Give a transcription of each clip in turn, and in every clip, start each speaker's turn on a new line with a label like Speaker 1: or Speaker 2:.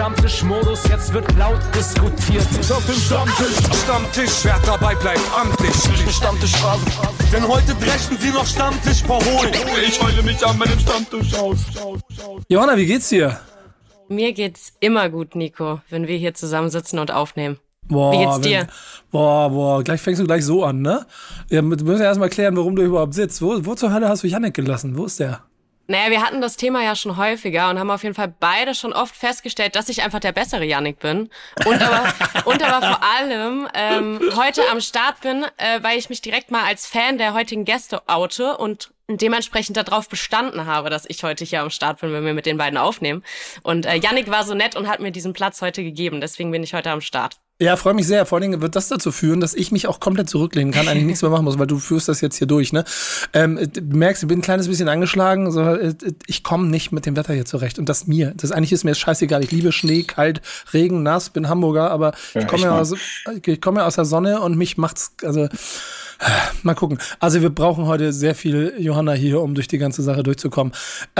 Speaker 1: Stammtischmodus, jetzt wird laut diskutiert.
Speaker 2: Ist auf dem Stammtisch, wer dabei bleibt, amtlich. Stammtischphase, denn heute brechen sie noch Stammtisch verholen. Ich heule mich an meinem Stammtisch aus.
Speaker 3: Johanna, wie geht's dir?
Speaker 4: Mir geht's immer gut, Nico, wenn wir hier zusammensitzen und aufnehmen.
Speaker 3: Boah,
Speaker 4: wie geht's dir?
Speaker 3: Gleich fängst du gleich so an, ne? Ja, wir müssen ja erstmal klären, warum du überhaupt sitzt. Wo zur Hölle hast du Yannick gelassen? Wo ist der?
Speaker 4: Naja, wir hatten das Thema ja schon häufiger und haben auf jeden Fall beide schon oft festgestellt, dass ich einfach der bessere Yannick bin. Und aber vor allem heute am Start bin, weil ich mich direkt mal als Fan der heutigen Gäste oute und dementsprechend darauf bestanden habe, dass ich heute hier am Start bin, wenn wir mit den beiden aufnehmen. Und Yannick war so nett und hat mir diesen Platz heute gegeben. Deswegen bin ich heute am Start.
Speaker 3: Ja, freue mich sehr. Vor allen Dingen wird das dazu führen, dass ich mich auch komplett zurücklehnen kann, eigentlich nichts mehr machen muss, weil du führst das jetzt hier durch, ne? Du merkst, ich bin ein kleines bisschen angeschlagen, so, ich komme nicht mit dem Wetter hier zurecht. Und eigentlich ist mir scheißegal. Ich liebe Schnee, kalt, Regen, nass, bin Hamburger, aber ich komme ja aus der Sonne und mich macht's, also mal gucken. Also wir brauchen heute sehr viel Johanna hier, um durch die ganze Sache durchzukommen.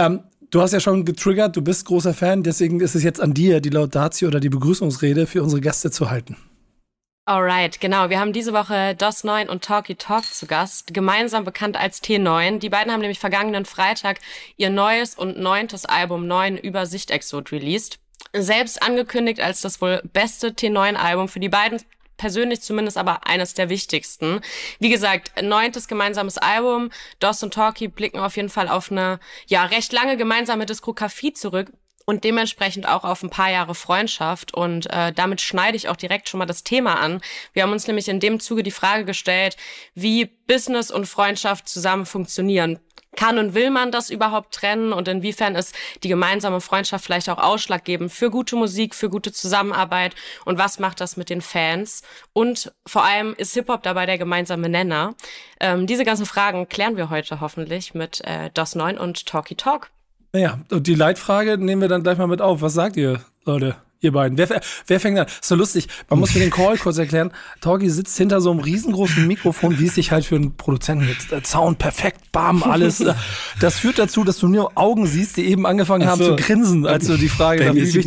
Speaker 3: Du hast ja schon getriggert, du bist großer Fan, deswegen ist es jetzt an dir, die Laudatio oder die Begrüßungsrede für unsere Gäste zu halten.
Speaker 4: Alright, genau. Wir haben diese Woche DOS9 und Talky Talk zu Gast, gemeinsam bekannt als T9. Die beiden haben nämlich vergangenen Freitag ihr neues und 9. Album 9 Übersicht Exot released. Selbst angekündigt als das wohl beste T9-Album für die beiden, persönlich zumindest aber eines der wichtigsten. Wie gesagt, 9. gemeinsames Album. DOS und Talky blicken auf jeden Fall auf eine recht lange gemeinsame Diskografie zurück und dementsprechend auch auf ein paar Jahre Freundschaft. Und damit schneide ich auch direkt schon mal das Thema an. Wir haben uns nämlich in dem Zuge die Frage gestellt, wie Business und Freundschaft zusammen funktionieren. Kann und will man das überhaupt trennen und inwiefern ist die gemeinsame Freundschaft vielleicht auch ausschlaggebend für gute Musik, für gute Zusammenarbeit und was macht das mit den Fans? Und vor allem ist Hip-Hop dabei der gemeinsame Nenner? Diese ganzen Fragen klären wir heute hoffentlich mit DOS9 und Talky Talk.
Speaker 3: Naja, und die Leitfrage nehmen wir dann gleich mal mit auf. Was sagt ihr, Leute? Ihr beiden. Wer fängt an? Ist so lustig. Man muss mir den Call kurz erklären. Talky sitzt hinter so einem riesengroßen Mikrofon, wie es sich halt für einen Produzenten jetzt. Sound perfekt, bam, alles. Das führt dazu, dass du nur Augen siehst, die eben angefangen haben zu grinsen, als du die Frage nach, wie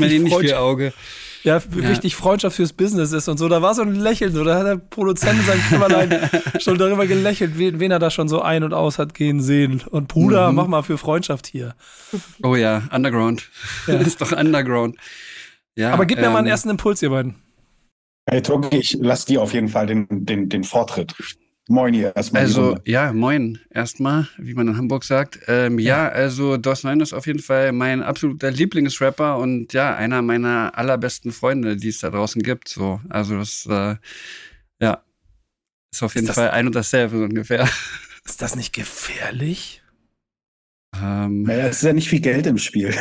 Speaker 3: wichtig Freundschaft fürs Business ist und so. Da war so ein Lächeln, so. Da hat der Produzent in seinem Kämmerlein schon darüber gelächelt, wen er da schon so ein- und aus hat gehen sehen. Und Bruder, mach mal für Freundschaft hier.
Speaker 5: Oh ja, Underground. Ja. Das ist doch Underground. Ja,
Speaker 3: aber gib mir mal einen ersten Impuls, ihr beiden.
Speaker 6: Hey Talky, ich lass dir auf jeden Fall den Vortritt. Moin ihr erstmal.
Speaker 5: Also, ja, moin erstmal, wie man in Hamburg sagt. Also DOS9 ist auf jeden Fall mein absoluter Lieblingsrapper und ja, einer meiner allerbesten Freunde, die es da draußen gibt. So, also das, ist auf jeden Fall ein und dasselbe so ungefähr.
Speaker 3: Ist das nicht gefährlich?
Speaker 6: Naja, es ist ja nicht viel Geld im Spiel.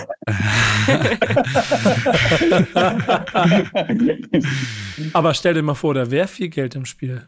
Speaker 3: Aber stell dir mal vor, da wäre viel Geld im Spiel.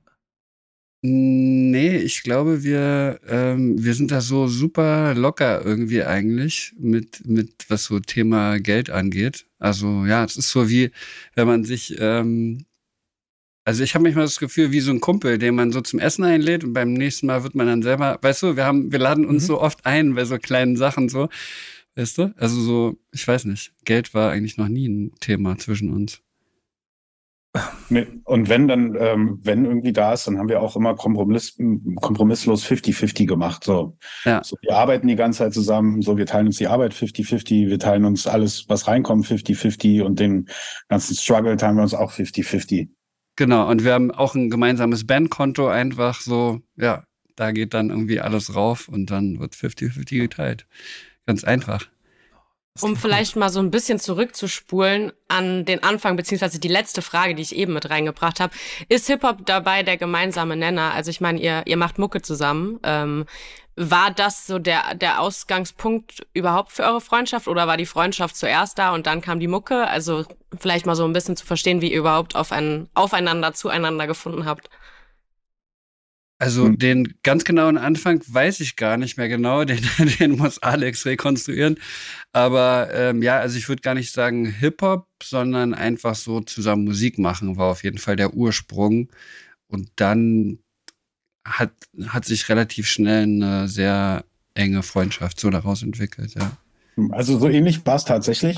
Speaker 5: Nee, ich glaube, wir sind da so super locker irgendwie eigentlich mit was so Thema Geld angeht. Also ja, es ist so wie, wenn man sich also ich habe manchmal das Gefühl, wie so ein Kumpel, den man so zum Essen einlädt und beim nächsten Mal wird man dann selber, weißt du, wir laden uns so oft ein bei so kleinen Sachen so, weißt du? Also so, ich weiß nicht, Geld war eigentlich noch nie ein Thema zwischen uns.
Speaker 6: Nee. Und wenn irgendwie da ist, dann haben wir auch immer kompromisslos 50-50 gemacht. So.
Speaker 5: Ja.
Speaker 6: So, wir arbeiten die ganze Zeit zusammen, so wir teilen uns die Arbeit 50-50, wir teilen uns alles, was reinkommt, 50-50 und den ganzen Struggle teilen wir uns auch 50-50.
Speaker 5: Genau, und wir haben auch ein gemeinsames Bandkonto einfach so, ja, da geht dann irgendwie alles rauf und dann wird 50-50 geteilt. Ganz einfach.
Speaker 4: Um vielleicht mal so ein bisschen zurückzuspulen an den Anfang, beziehungsweise die letzte Frage, die ich eben mit reingebracht habe. Ist Hip-Hop dabei der gemeinsame Nenner? Also ich meine, ihr macht Mucke zusammen. War das so der Ausgangspunkt überhaupt für eure Freundschaft oder war die Freundschaft zuerst da und dann kam die Mucke? Also vielleicht mal so ein bisschen zu verstehen, wie ihr überhaupt zueinander gefunden habt.
Speaker 5: Also den ganz genauen Anfang weiß ich gar nicht mehr genau, den muss Alex rekonstruieren. Aber also ich würde gar nicht sagen Hip-Hop, sondern einfach so zusammen Musik machen, war auf jeden Fall der Ursprung. Und dann hat sich relativ schnell eine sehr enge Freundschaft so daraus entwickelt, ja.
Speaker 6: Also so ähnlich war es tatsächlich.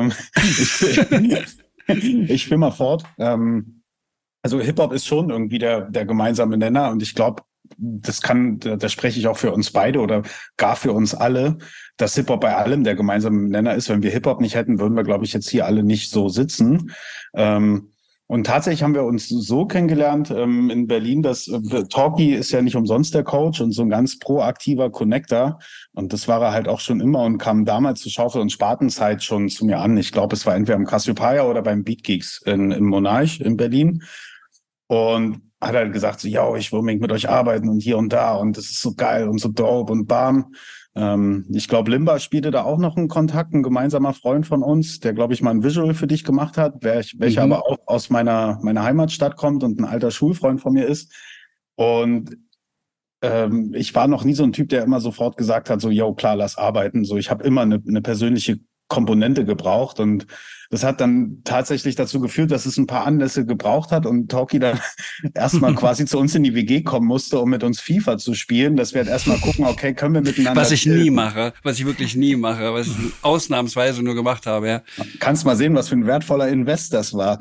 Speaker 6: Ich spiel mal fort. Also Hip-Hop ist schon irgendwie der gemeinsame Nenner und ich glaube, da spreche ich auch für uns beide oder gar für uns alle, dass Hip-Hop bei allem der gemeinsame Nenner ist. Wenn wir Hip-Hop nicht hätten, würden wir, glaube ich, jetzt hier alle nicht so sitzen. Und tatsächlich haben wir uns so kennengelernt in Berlin, dass Talkie ist ja nicht umsonst der Coach und so ein ganz proaktiver Connector. Und das war er halt auch schon immer und kam damals zur Schaufel- und Spartenzeit schon zu mir an. Ich glaube, es war entweder im Cassiopeia oder beim Beat Geeks im Monarch in Berlin. Und hat halt gesagt, so, ja, ich will unbedingt mit euch arbeiten und hier und da und das ist so geil und so dope und bam. Ich glaube, Limba spielte da auch noch einen Kontakt, ein gemeinsamer Freund von uns, der, glaube ich, mal ein Visual für dich gemacht hat, welcher aber auch aus meiner Heimatstadt kommt und ein alter Schulfreund von mir ist. Und ich war noch nie so ein Typ, der immer sofort gesagt hat, so, yo, klar, lass arbeiten. So, ich habe immer eine persönliche Komponente gebraucht und das hat dann tatsächlich dazu geführt, dass es ein paar Anlässe gebraucht hat und Talkie dann erstmal quasi zu uns in die WG kommen musste, um mit uns FIFA zu spielen, dass wir halt erstmal gucken, okay, können wir miteinander
Speaker 5: was ich nie mache, was ich wirklich nie mache, was ich ausnahmsweise nur gemacht habe, ja.
Speaker 6: Kannst mal sehen, was für ein wertvoller Invest das war.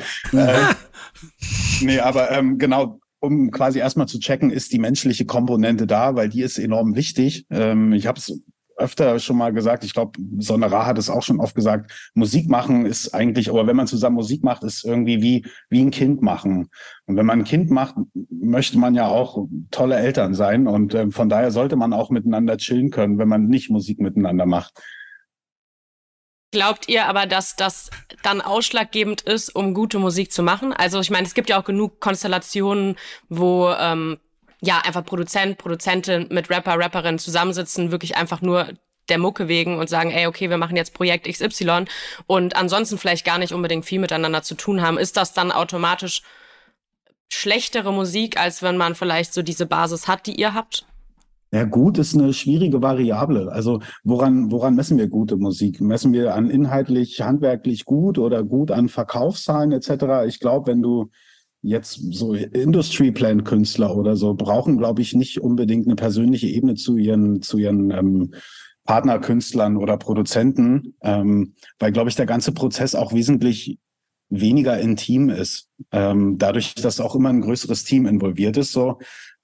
Speaker 6: Nee, aber genau, um quasi erstmal zu checken, ist die menschliche Komponente da, weil die ist enorm wichtig. Ich habe es öfter schon mal gesagt, ich glaube, Sonnerar hat es auch schon oft gesagt, Musik machen ist eigentlich, aber wenn man zusammen Musik macht, ist irgendwie wie ein Kind machen. Und wenn man ein Kind macht, möchte man ja auch tolle Eltern sein und von daher sollte man auch miteinander chillen können, wenn man nicht Musik miteinander macht.
Speaker 4: Glaubt ihr aber, dass das dann ausschlaggebend ist, um gute Musik zu machen? Also ich meine, es gibt ja auch genug Konstellationen, wo einfach Produzentin mit Rapperin zusammensitzen, wirklich einfach nur der Mucke wegen und sagen, ey, okay, wir machen jetzt Projekt XY und ansonsten vielleicht gar nicht unbedingt viel miteinander zu tun haben. Ist das dann automatisch schlechtere Musik, als wenn man vielleicht so diese Basis hat, die ihr habt?
Speaker 6: Ja, gut ist eine schwierige Variable. Also woran messen wir gute Musik? Messen wir an inhaltlich, handwerklich gut oder gut an Verkaufszahlen etc.? Ich glaube, wenn du jetzt so Industry-Plant-Künstler oder so brauchen, glaube ich, nicht unbedingt eine persönliche Ebene zu ihren Partnerkünstlern oder Produzenten, weil, glaube ich, der ganze Prozess auch wesentlich weniger intim ist. Dadurch, dass auch immer ein größeres Team involviert ist, so.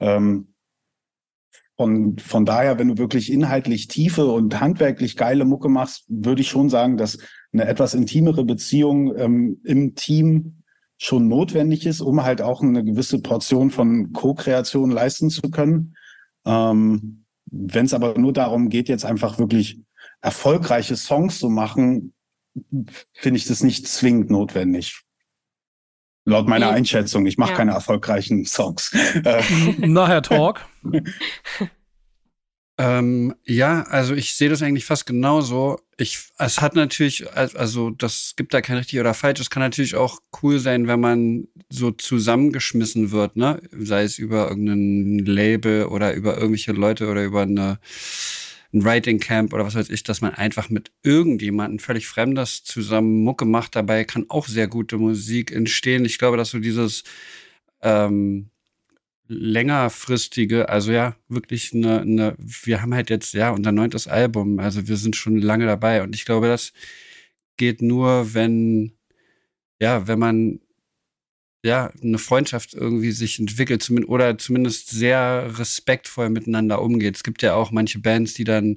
Speaker 6: Von daher, wenn du wirklich inhaltlich tiefe und handwerklich geile Mucke machst, würde ich schon sagen, dass eine etwas intimere Beziehung im Team schon notwendig ist, um halt auch eine gewisse Portion von Co-Kreation leisten zu können. Wenn es aber nur darum geht, jetzt einfach wirklich erfolgreiche Songs zu machen, finde ich das nicht zwingend notwendig. Laut meiner Einschätzung. Ich mache keine erfolgreichen Songs.
Speaker 3: Nachher Talk.
Speaker 5: Also ich sehe das eigentlich fast genauso. Es hat natürlich, also das gibt da kein richtig oder falsch. Es kann natürlich auch cool sein, wenn man so zusammengeschmissen wird, ne? Sei es über irgendein Label oder über irgendwelche Leute oder über ein Writing Camp oder was weiß ich, dass man einfach mit irgendjemandem völlig Fremdes zusammen Mucke macht. Dabei kann auch sehr gute Musik entstehen. Ich glaube, dass so dieses längerfristige, also ja, wirklich wir haben halt jetzt unser 9. Album, also wir sind schon lange dabei und ich glaube, das geht nur, wenn man eine Freundschaft irgendwie sich entwickelt oder zumindest sehr respektvoll miteinander umgeht. Es gibt ja auch manche Bands, die dann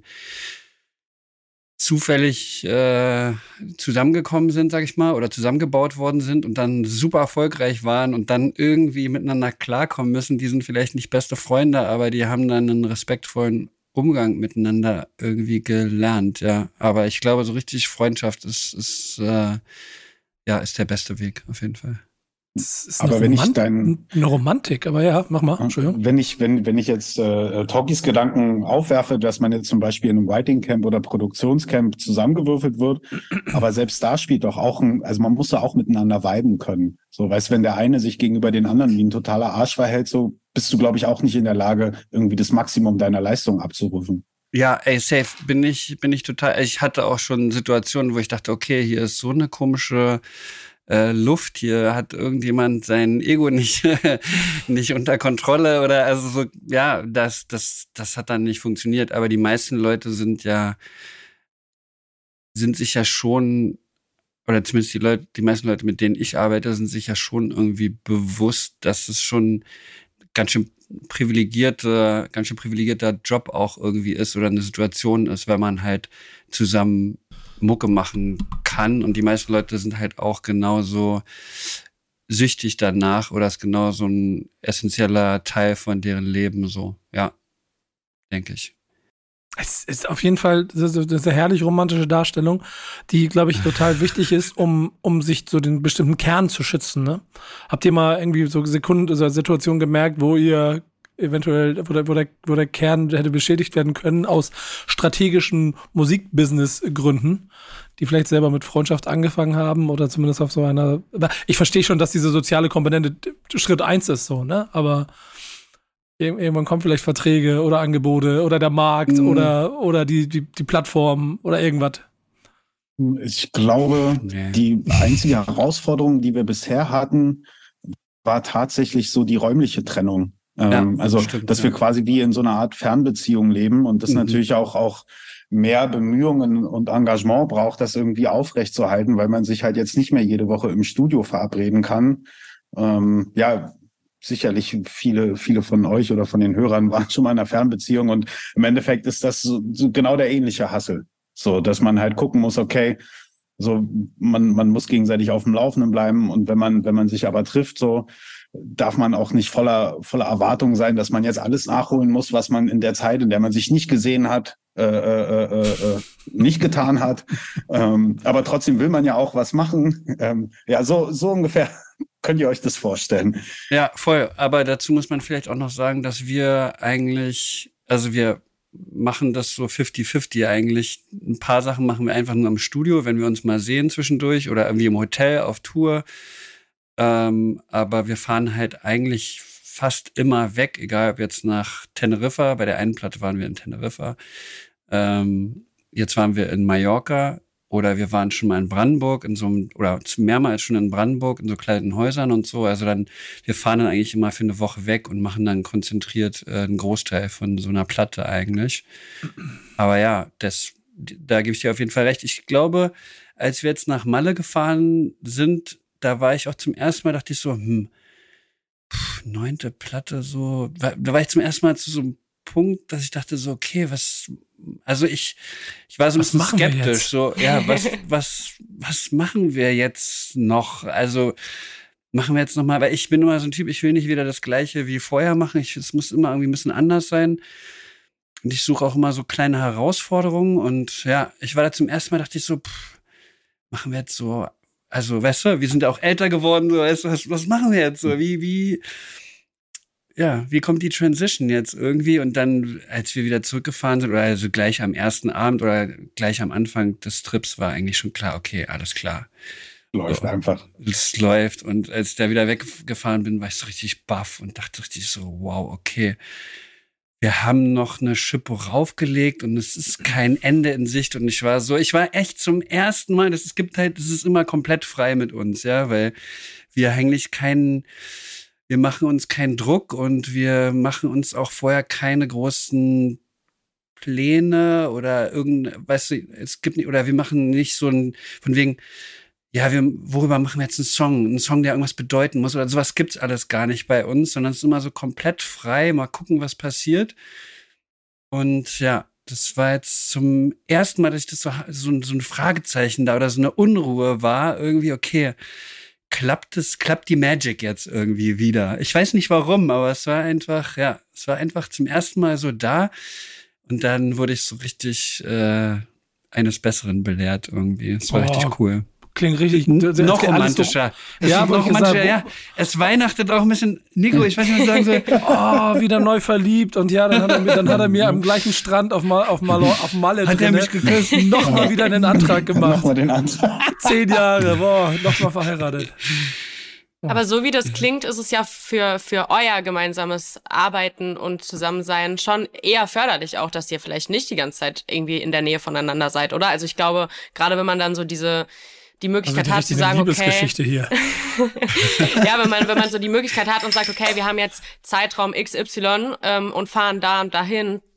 Speaker 5: zufällig zusammengekommen sind, sag ich mal, oder zusammengebaut worden sind und dann super erfolgreich waren und dann irgendwie miteinander klarkommen müssen. Die sind vielleicht nicht beste Freunde, aber die haben dann einen respektvollen Umgang miteinander irgendwie gelernt, ja. Aber ich glaube, so richtig Freundschaft ist der beste Weg, auf jeden Fall.
Speaker 6: Aber wenn ich
Speaker 3: eine Romantik, aber ja, mach mal, Entschuldigung.
Speaker 6: Wenn ich jetzt Talkies Gedanken aufwerfe, dass man jetzt zum Beispiel in einem Writing Camp oder Produktionscamp zusammengewürfelt wird, aber selbst da spielt doch auch also man muss da auch miteinander viben können. So, weißt du, wenn der eine sich gegenüber den anderen wie ein totaler Arsch verhält, so bist du, glaube ich, auch nicht in der Lage, irgendwie das Maximum deiner Leistung abzurufen.
Speaker 5: Ja, safe bin ich total. Ich hatte auch schon Situationen, wo ich dachte, okay, hier ist so eine komische Luft, hier hat irgendjemand sein Ego nicht unter Kontrolle oder also so, ja, das hat dann nicht funktioniert, aber die meisten Leute sind ja sind sich ja schon, oder zumindest die meisten Leute, mit denen ich arbeite, sind sich ja schon irgendwie bewusst, dass es schon ganz schön privilegierter Job auch irgendwie ist oder eine Situation ist, wenn man halt zusammen Mucke machen kann. Und die meisten Leute sind halt auch genauso süchtig danach oder ist genau so ein essentieller Teil von deren Leben so. Ja, denke ich.
Speaker 3: Es ist auf jeden Fall das ist eine herrlich romantische Darstellung, die, glaube ich, total wichtig ist, um sich so den bestimmten Kern zu schützen. Ne? Habt ihr mal irgendwie so Sekunden oder Situationen gemerkt, wo ihr eventuell, wo der Kern hätte beschädigt werden können aus strategischen Musikbusiness-Gründen, die vielleicht selber mit Freundschaft angefangen haben oder zumindest auf so einer. Ich verstehe schon, dass diese soziale Komponente Schritt 1 ist, so, ne? Aber irgendwann kommen vielleicht Verträge oder Angebote oder der Markt oder die Plattform oder irgendwas.
Speaker 6: Ich glaube, die einzige Herausforderung, die wir bisher hatten, war tatsächlich so die räumliche Trennung. Stimmt, dass wir quasi wie in so einer Art Fernbeziehung leben und das natürlich auch mehr Bemühungen und Engagement braucht, das irgendwie aufrechtzuerhalten, weil man sich halt jetzt nicht mehr jede Woche im Studio verabreden kann. Sicherlich viele von euch oder von den Hörern waren schon mal in einer Fernbeziehung und im Endeffekt ist das so genau der ähnliche Hassel. So, dass man halt gucken muss, okay, so man muss gegenseitig auf dem Laufenden bleiben und wenn man sich aber trifft, so darf man auch nicht voller Erwartung sein, dass man jetzt alles nachholen muss, was man in der Zeit, in der man sich nicht gesehen hat, nicht getan hat. Aber trotzdem will man ja auch was machen. So ungefähr könnt ihr euch das vorstellen.
Speaker 5: Ja, voll. Aber dazu muss man vielleicht auch noch sagen, dass wir eigentlich, also wir machen das so 50-50 eigentlich. Ein paar Sachen machen wir einfach nur im Studio, wenn wir uns mal sehen zwischendurch oder irgendwie im Hotel auf Tour. Aber wir fahren halt eigentlich fast immer weg, egal ob jetzt nach Teneriffa. Bei der einen Platte waren wir in Teneriffa. Jetzt waren wir in Mallorca oder wir waren schon mal in Brandenburg oder mehrmals schon in Brandenburg in so kleinen Häusern und so. Also wir fahren dann eigentlich immer für eine Woche weg und machen dann konzentriert einen Großteil von so einer Platte eigentlich. Aber ja, da gebe ich dir auf jeden Fall recht. Ich glaube, als wir jetzt nach Malle gefahren sind, da war ich auch zum ersten Mal, dachte ich so, 9. Platte so. Da war ich zum ersten Mal zu so einem Punkt, dass ich dachte so, okay, ich war so ein bisschen skeptisch. So, ja, was machen wir jetzt noch? Also machen wir jetzt noch mal, weil ich bin immer so ein Typ, ich will nicht wieder das Gleiche wie vorher machen. Es muss immer irgendwie ein bisschen anders sein. Und ich suche auch immer so kleine Herausforderungen. Und ja, ich war da zum ersten Mal, dachte ich so, machen wir jetzt so. Also, weißt du, wir sind ja auch älter geworden, so, weißt du, was machen wir jetzt so? Wie kommt die Transition jetzt irgendwie? Und dann, als wir wieder zurückgefahren sind, oder also gleich am ersten Abend oder gleich am Anfang des Trips, war eigentlich schon klar, okay, alles klar.
Speaker 6: Läuft einfach.
Speaker 5: Es läuft. Und als ich da wieder weggefahren bin, war ich so richtig baff und dachte richtig so, wow, okay. Wir haben noch eine Schippe raufgelegt und es ist kein Ende in Sicht. Und ich war echt zum ersten Mal, das ist immer komplett frei mit uns, ja, weil wir eigentlich wir machen uns keinen Druck und wir machen uns auch vorher keine großen Pläne oder wir machen nicht so von wegen, ja, worüber machen wir jetzt einen Song, der irgendwas bedeuten muss oder sowas gibt's alles gar nicht bei uns, sondern es ist immer so komplett frei, mal gucken, was passiert. Und ja, das war jetzt zum ersten Mal, dass ich das so ein Fragezeichen da oder so eine Unruhe war, irgendwie, okay, klappt die Magic jetzt irgendwie wieder? Ich weiß nicht warum, aber es war einfach zum ersten Mal so da und dann wurde ich so richtig eines Besseren belehrt irgendwie. Es war richtig cool.
Speaker 3: Klingt richtig
Speaker 5: noch romantischer. Noch romantischer, ja. Es weihnachtet auch ein bisschen. Nico, ich weiß nicht, was ich sagen soll.
Speaker 3: Oh, wieder neu verliebt. Und ja, dann hat er mir am gleichen Strand auf Malle
Speaker 5: hat er mich geküsst.
Speaker 3: Nochmal wieder einen Antrag gemacht.
Speaker 6: Nochmal den Antrag.
Speaker 3: 10 Jahre, nochmal verheiratet.
Speaker 4: Aber so wie das klingt, ist es ja für euer gemeinsames Arbeiten und Zusammensein schon eher förderlich auch, dass ihr vielleicht nicht die ganze Zeit irgendwie in der Nähe voneinander seid, oder? Also ich glaube, gerade wenn man dann so die Möglichkeit hat zu sagen,
Speaker 3: Liebesgeschichte
Speaker 4: okay.
Speaker 3: Hier.
Speaker 4: Ja, wenn man so die Möglichkeit hat und sagt, okay, wir haben jetzt Zeitraum XY und fahren da und dahin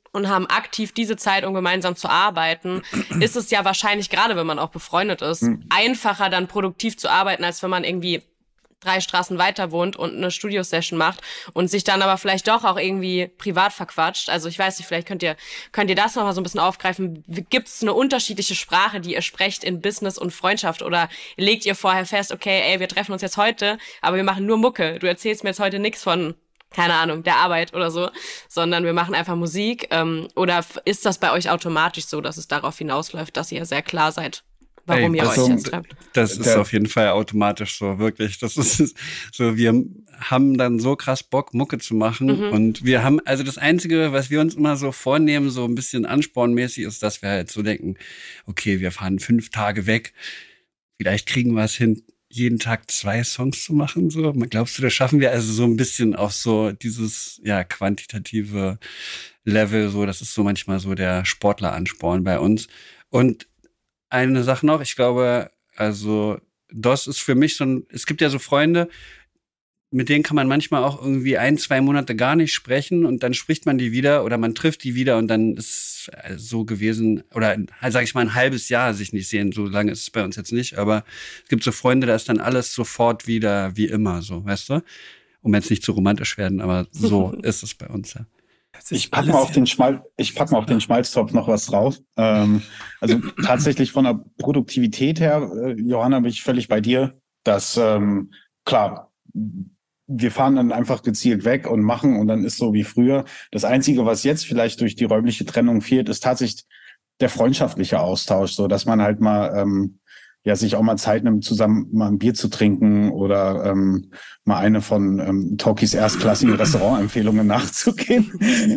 Speaker 4: und haben aktiv diese Zeit, um gemeinsam zu arbeiten, ist es ja wahrscheinlich, gerade wenn man auch befreundet ist, einfacher dann produktiv zu arbeiten, als wenn man irgendwie 3 Straßen weiter wohnt und eine Studio-Session macht und sich dann aber vielleicht doch auch irgendwie privat verquatscht. Also ich weiß nicht, vielleicht könnt ihr das nochmal so ein bisschen aufgreifen. Gibt es eine unterschiedliche Sprache, die ihr sprecht in Business und Freundschaft? Oder legt ihr vorher fest, okay, ey, wir treffen uns jetzt heute, aber wir machen nur Mucke. Du erzählst mir jetzt heute nichts von, keine Ahnung, der Arbeit oder so, sondern wir machen einfach Musik. Oder ist das bei euch automatisch so, dass es darauf hinausläuft, dass ihr sehr klar seid, warum ihr euch jetzt trefft?
Speaker 5: Das ist auf jeden Fall automatisch so, wirklich. Das ist so, wir haben dann so krass Bock, Mucke zu machen. Und wir haben, also das Einzige, was wir uns immer so vornehmen, so ein bisschen anspornmäßig, ist, dass wir halt so denken, okay, wir fahren 5 Tage weg, vielleicht kriegen wir es hin, jeden Tag 2 Songs zu machen, so. Glaubst du, das schaffen wir? Also so ein bisschen auf so dieses, ja, quantitative Level, so, das ist so manchmal so der Sportleransporn bei uns. Und eine Sache noch, ich glaube, also DOS ist für mich so ein, es gibt ja so Freunde, mit denen kann man manchmal auch irgendwie 1-2 Monate gar nicht sprechen und dann spricht man die wieder oder man trifft die wieder und dann ist so gewesen, oder sage ich mal ein halbes Jahr sich nicht sehen, so lange ist es bei uns jetzt nicht, aber es gibt so Freunde, da ist dann alles sofort wieder wie immer, so, weißt du? Um jetzt nicht zu romantisch werden, aber so ist es bei uns, ja.
Speaker 6: Ich pack mal auf den Schmalztopf noch was drauf. Also tatsächlich von der Produktivität her, Johanna, bin ich völlig bei dir, dass, klar, wir fahren dann einfach gezielt weg und machen und dann ist so wie früher. Das Einzige, was jetzt vielleicht durch die räumliche Trennung fehlt, ist tatsächlich der freundschaftliche Austausch, so dass man halt mal sich auch mal Zeit nimmt, zusammen mal ein Bier zu trinken oder mal eine von Talkies erstklassigen Restaurantempfehlungen nachzugehen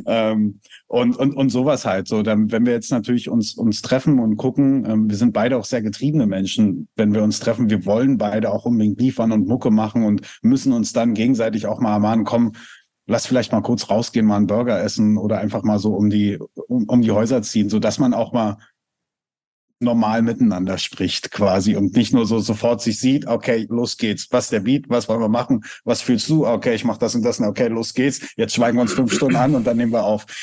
Speaker 6: und sowas halt. So, dann, wenn wir jetzt natürlich uns treffen und gucken, wir sind beide auch sehr getriebene Menschen, wenn wir uns treffen, wir wollen beide auch unbedingt liefern und Mucke machen und müssen uns dann gegenseitig auch mal ermahnen, komm, lass vielleicht mal kurz rausgehen, mal einen Burger essen oder einfach mal so um die Häuser ziehen, so dass man auch mal normal miteinander spricht quasi und nicht nur so sofort sich sieht, okay, los geht's, was der Beat, was wollen wir machen, was fühlst du, okay, ich mach das und das, okay, los geht's, jetzt schweigen wir uns 5 Stunden an und dann nehmen wir auf.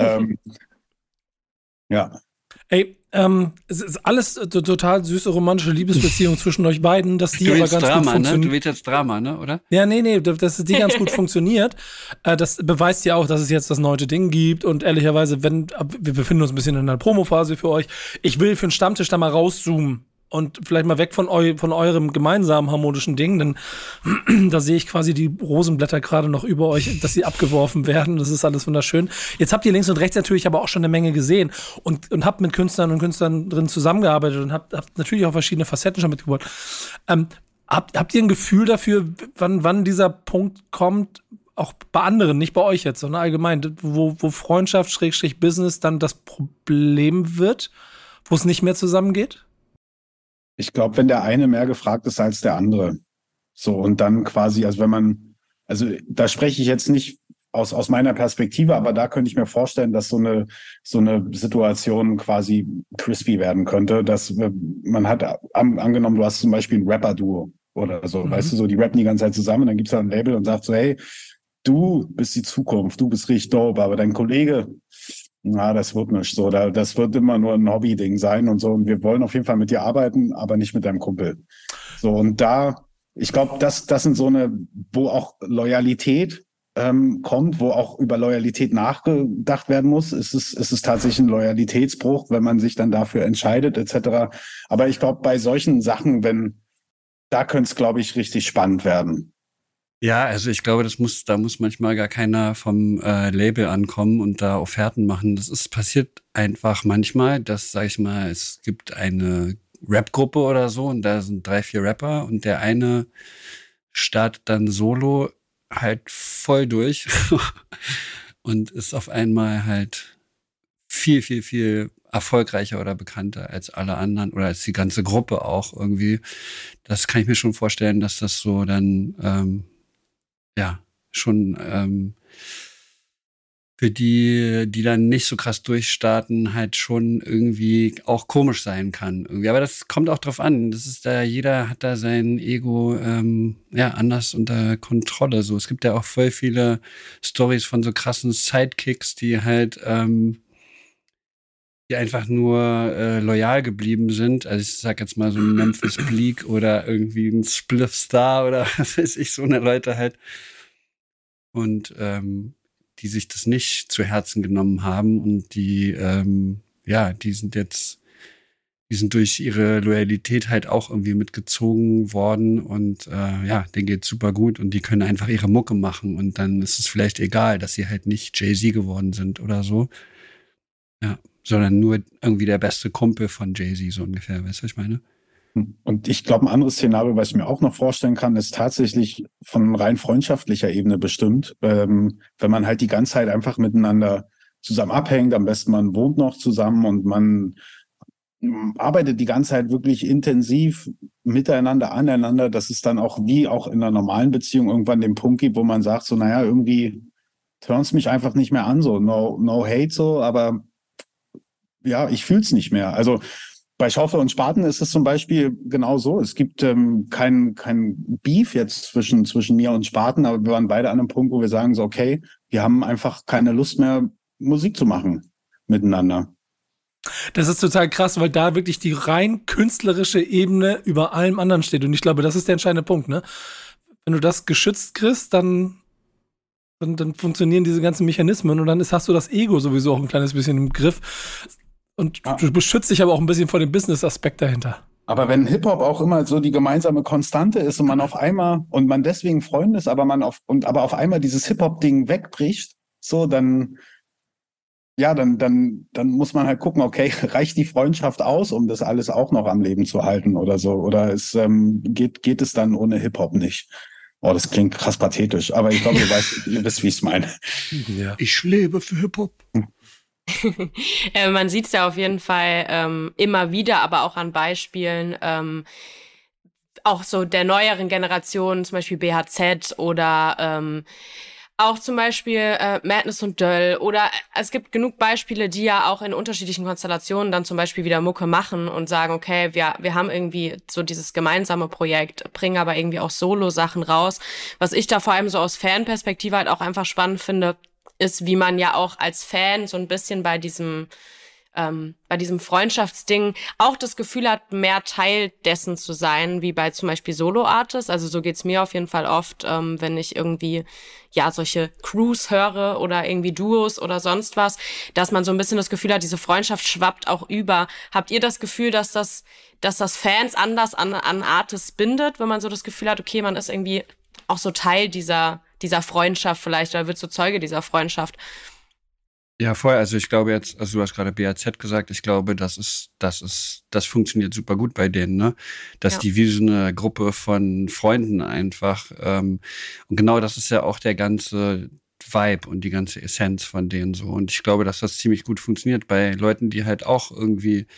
Speaker 6: Ja.
Speaker 3: Ey, es ist alles total süße romantische Liebesbeziehung zwischen euch beiden, dass die aber ganz
Speaker 5: Drama,
Speaker 3: gut funktioniert.
Speaker 5: Ne? Du willst jetzt Drama, ne, oder?
Speaker 3: Ja, nee, dass die ganz gut funktioniert. Das beweist ja auch, dass es jetzt das neue Ding gibt. Und ehrlicherweise, wir befinden uns ein bisschen in einer Promophase für euch. Ich will für den Stammtisch da mal rauszoomen. Und vielleicht mal weg von eurem gemeinsamen harmonischen Ding, denn da sehe ich quasi die Rosenblätter gerade noch über euch, dass sie abgeworfen werden. Das ist alles wunderschön. Jetzt habt ihr links und rechts natürlich aber auch schon eine Menge gesehen und habt mit Künstlern und Künstlern drin zusammengearbeitet und habt natürlich auch verschiedene Facetten schon mitgebracht. Habt ihr ein Gefühl dafür, wann dieser Punkt kommt, auch bei anderen, nicht bei euch jetzt, sondern allgemein, wo Freundschaft / Business dann das Problem wird, wo es nicht mehr zusammengeht?
Speaker 6: Ich glaube, wenn der eine mehr gefragt ist als der andere. So, und dann quasi, also da spreche ich jetzt nicht aus meiner Perspektive, aber da könnte ich mir vorstellen, dass so eine Situation quasi crispy werden könnte, dass man hat, angenommen, du hast zum Beispiel ein Rapper-Duo oder so, weißt du, so, die rappen die ganze Zeit zusammen, dann gibt's da ein Label und sagt so, hey, du bist die Zukunft, du bist richtig dope, aber dein Kollege, na, das wird nicht so. Das wird immer nur ein Hobby-Ding sein und so. Und wir wollen auf jeden Fall mit dir arbeiten, aber nicht mit deinem Kumpel. So, und ich glaube, das sind so wo auch Loyalität kommt, wo auch über Loyalität nachgedacht werden muss. Es ist tatsächlich ein Loyalitätsbruch, wenn man sich dann dafür entscheidet, etc. Aber ich glaube, bei solchen Sachen, da könnte es, glaube ich, richtig spannend werden.
Speaker 5: Ja, also ich glaube, da muss manchmal gar keiner vom Label ankommen und da Offerten machen. Passiert einfach manchmal, dass, sag ich mal, es gibt eine Rap-Gruppe oder so und da sind 3, 4 Rapper und der eine startet dann solo halt voll durch und ist auf einmal halt viel, viel, viel erfolgreicher oder bekannter als alle anderen oder als die ganze Gruppe auch irgendwie. Das kann ich mir schon vorstellen, dass das so dann schon für die dann nicht so krass durchstarten, halt schon irgendwie auch komisch sein kann. Irgendwie. Aber das kommt auch drauf an. Das ist jeder hat da sein Ego anders unter Kontrolle. So, es gibt ja auch voll viele Storys von so krassen Sidekicks, die halt die einfach nur loyal geblieben sind. Also ich sag jetzt mal so ein Memphis Bleak oder irgendwie ein Spliff Star oder was weiß ich, so eine Leute halt. Und die sich das nicht zu Herzen genommen haben und die sind durch ihre Loyalität halt auch irgendwie mitgezogen worden und denen geht's super gut und die können einfach ihre Mucke machen und dann ist es vielleicht egal, dass sie halt nicht Jay-Z geworden sind oder so. Ja, sondern nur irgendwie der beste Kumpel von Jay-Z, so ungefähr. Weißt du, was ich meine?
Speaker 6: Und ich glaube, ein anderes Szenario, was ich mir auch noch vorstellen kann, ist tatsächlich von rein freundschaftlicher Ebene bestimmt. Wenn man halt die ganze Zeit einfach miteinander zusammen abhängt, am besten man wohnt noch zusammen und man arbeitet die ganze Zeit wirklich intensiv miteinander, aneinander, dass es dann auch wie auch in einer normalen Beziehung irgendwann den Punkt gibt, wo man sagt so, naja, irgendwie turns mich einfach nicht mehr an, so no hate so, aber ja, ich fühl's nicht mehr. Also bei Schaufel und Spaten ist es zum Beispiel genau so. Es gibt kein Beef jetzt zwischen mir und Spaten, aber wir waren beide an einem Punkt, wo wir sagen so, okay, wir haben einfach keine Lust mehr, Musik zu machen miteinander.
Speaker 3: Das ist total krass, weil da wirklich die rein künstlerische Ebene über allem anderen steht. Und ich glaube, das ist der entscheidende Punkt, ne? Wenn du das geschützt kriegst, dann funktionieren diese ganzen Mechanismen und dann hast du das Ego sowieso auch ein kleines bisschen im Griff. Und du beschützt dich aber auch ein bisschen vor dem Business-Aspekt dahinter.
Speaker 6: Aber wenn Hip-Hop auch immer so die gemeinsame Konstante ist und man auf einmal, und man deswegen Freund ist, aber auf einmal dieses Hip-Hop-Ding wegbricht, so, dann muss man halt gucken, okay, reicht die Freundschaft aus, um das alles auch noch am Leben zu halten oder so? Oder geht es dann ohne Hip-Hop nicht? Oh, das klingt krass pathetisch, aber ich glaube, ihr wisst, wie ich es meine.
Speaker 3: Ja.
Speaker 5: Ich lebe für Hip-Hop.
Speaker 4: Man sieht es ja auf jeden Fall immer wieder, aber auch an Beispielen, auch so der neueren Generation, zum Beispiel BHZ oder auch zum Beispiel Madness und Döll oder es gibt genug Beispiele, die ja auch in unterschiedlichen Konstellationen dann zum Beispiel wieder Mucke machen und sagen, okay, wir haben irgendwie so dieses gemeinsame Projekt, bringen aber irgendwie auch Solo-Sachen raus. Was ich da vor allem so aus Fanperspektive halt auch einfach spannend finde, ist, wie man ja auch als Fan so ein bisschen bei diesem Freundschaftsding auch das Gefühl hat, mehr Teil dessen zu sein, wie bei zum Beispiel Solo-Artists. Also so geht's mir auf jeden Fall oft, wenn ich irgendwie solche Crews höre oder irgendwie Duos oder sonst was, dass man so ein bisschen das Gefühl hat, diese Freundschaft schwappt auch über. Habt ihr das Gefühl, dass das Fans anders an Artists bindet, wenn man so das Gefühl hat, okay, man ist irgendwie auch so Teil dieser Freundschaft vielleicht oder wird so Zeuge dieser Freundschaft?
Speaker 5: Ja, vorher, also ich glaube jetzt, also du hast gerade BAZ gesagt, ich glaube, das funktioniert super gut bei denen, ne? Dass die wie so eine Gruppe von Freunden einfach, und genau das ist ja auch der ganze Vibe und die ganze Essenz von denen so. Und ich glaube, dass das ziemlich gut funktioniert bei Leuten, die halt auch irgendwie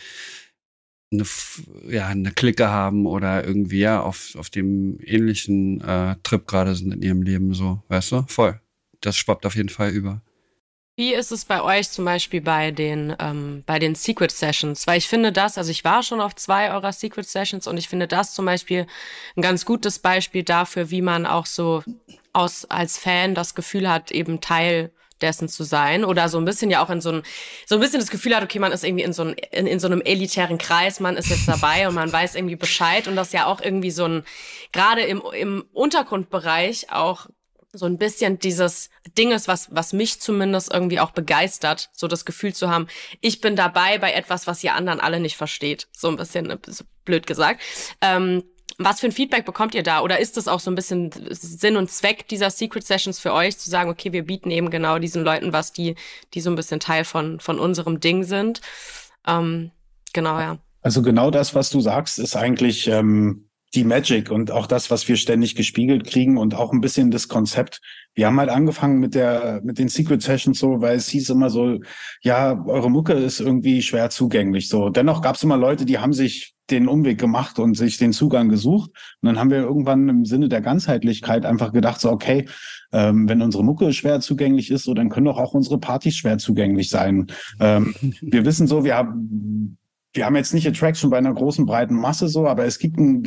Speaker 5: eine Clique haben oder irgendwie auf dem ähnlichen Trip gerade sind in ihrem Leben so, weißt du? Voll. Das schwappt auf jeden Fall über.
Speaker 4: Wie ist es bei euch zum Beispiel bei den Secret Sessions? Weil ich finde also ich war schon auf 2 eurer Secret Sessions und ich finde das zum Beispiel ein ganz gutes Beispiel dafür, wie man auch so als Fan das Gefühl hat, eben Teil dessen zu sein oder so ein bisschen ja auch in so ein bisschen das Gefühl hat, okay, man ist irgendwie in so einem elitären Kreis, man ist jetzt dabei und man weiß irgendwie Bescheid und das ja auch irgendwie so ein, gerade im Untergrundbereich auch so ein bisschen dieses Ding ist, was mich zumindest irgendwie auch begeistert, so das Gefühl zu haben, ich bin dabei bei etwas, was ihr anderen alle nicht versteht. So ein bisschen so blöd gesagt. Was für ein Feedback bekommt ihr da? Oder ist das auch so ein bisschen Sinn und Zweck dieser Secret Sessions für euch, zu sagen, okay, wir bieten eben genau diesen Leuten was, die so ein bisschen Teil von unserem Ding sind? Genau, ja.
Speaker 6: Also genau das, was du sagst, ist eigentlich die Magic und auch das, was wir ständig gespiegelt kriegen und auch ein bisschen das Konzept. Wir haben halt angefangen mit den Secret Sessions so, weil es hieß immer so, ja, eure Mucke ist irgendwie schwer zugänglich. So, dennoch gab es immer Leute, die haben sich den Umweg gemacht und sich den Zugang gesucht. Und dann haben wir irgendwann im Sinne der Ganzheitlichkeit einfach gedacht, so, okay, wenn unsere Mucke schwer zugänglich ist, so, dann können doch auch unsere Partys schwer zugänglich sein. Wir wissen so, wir haben jetzt nicht Attraction bei einer großen, breiten Masse so, aber es gibt eine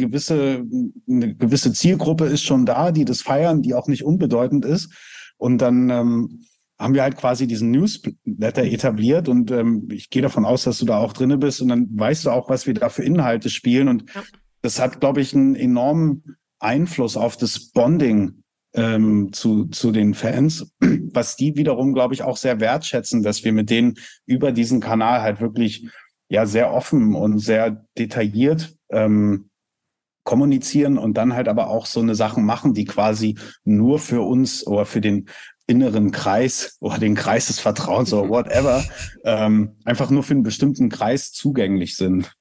Speaker 6: gewisse Zielgruppe ist schon da, die das feiern, die auch nicht unbedeutend ist. Und dann haben wir halt quasi diesen Newsletter etabliert und ich gehe davon aus, dass du da auch drinne bist und dann weißt du auch, was wir da für Inhalte spielen und das hat, glaube ich, einen enormen Einfluss auf das Bonding zu den Fans, was die wiederum, glaube ich, auch sehr wertschätzen, dass wir mit denen über diesen Kanal halt wirklich ja sehr offen und sehr detailliert kommunizieren und dann halt aber auch so eine Sachen machen, die quasi nur für uns oder für den inneren Kreis oder den Kreis des Vertrauens oder whatever, einfach nur für einen bestimmten Kreis zugänglich sind.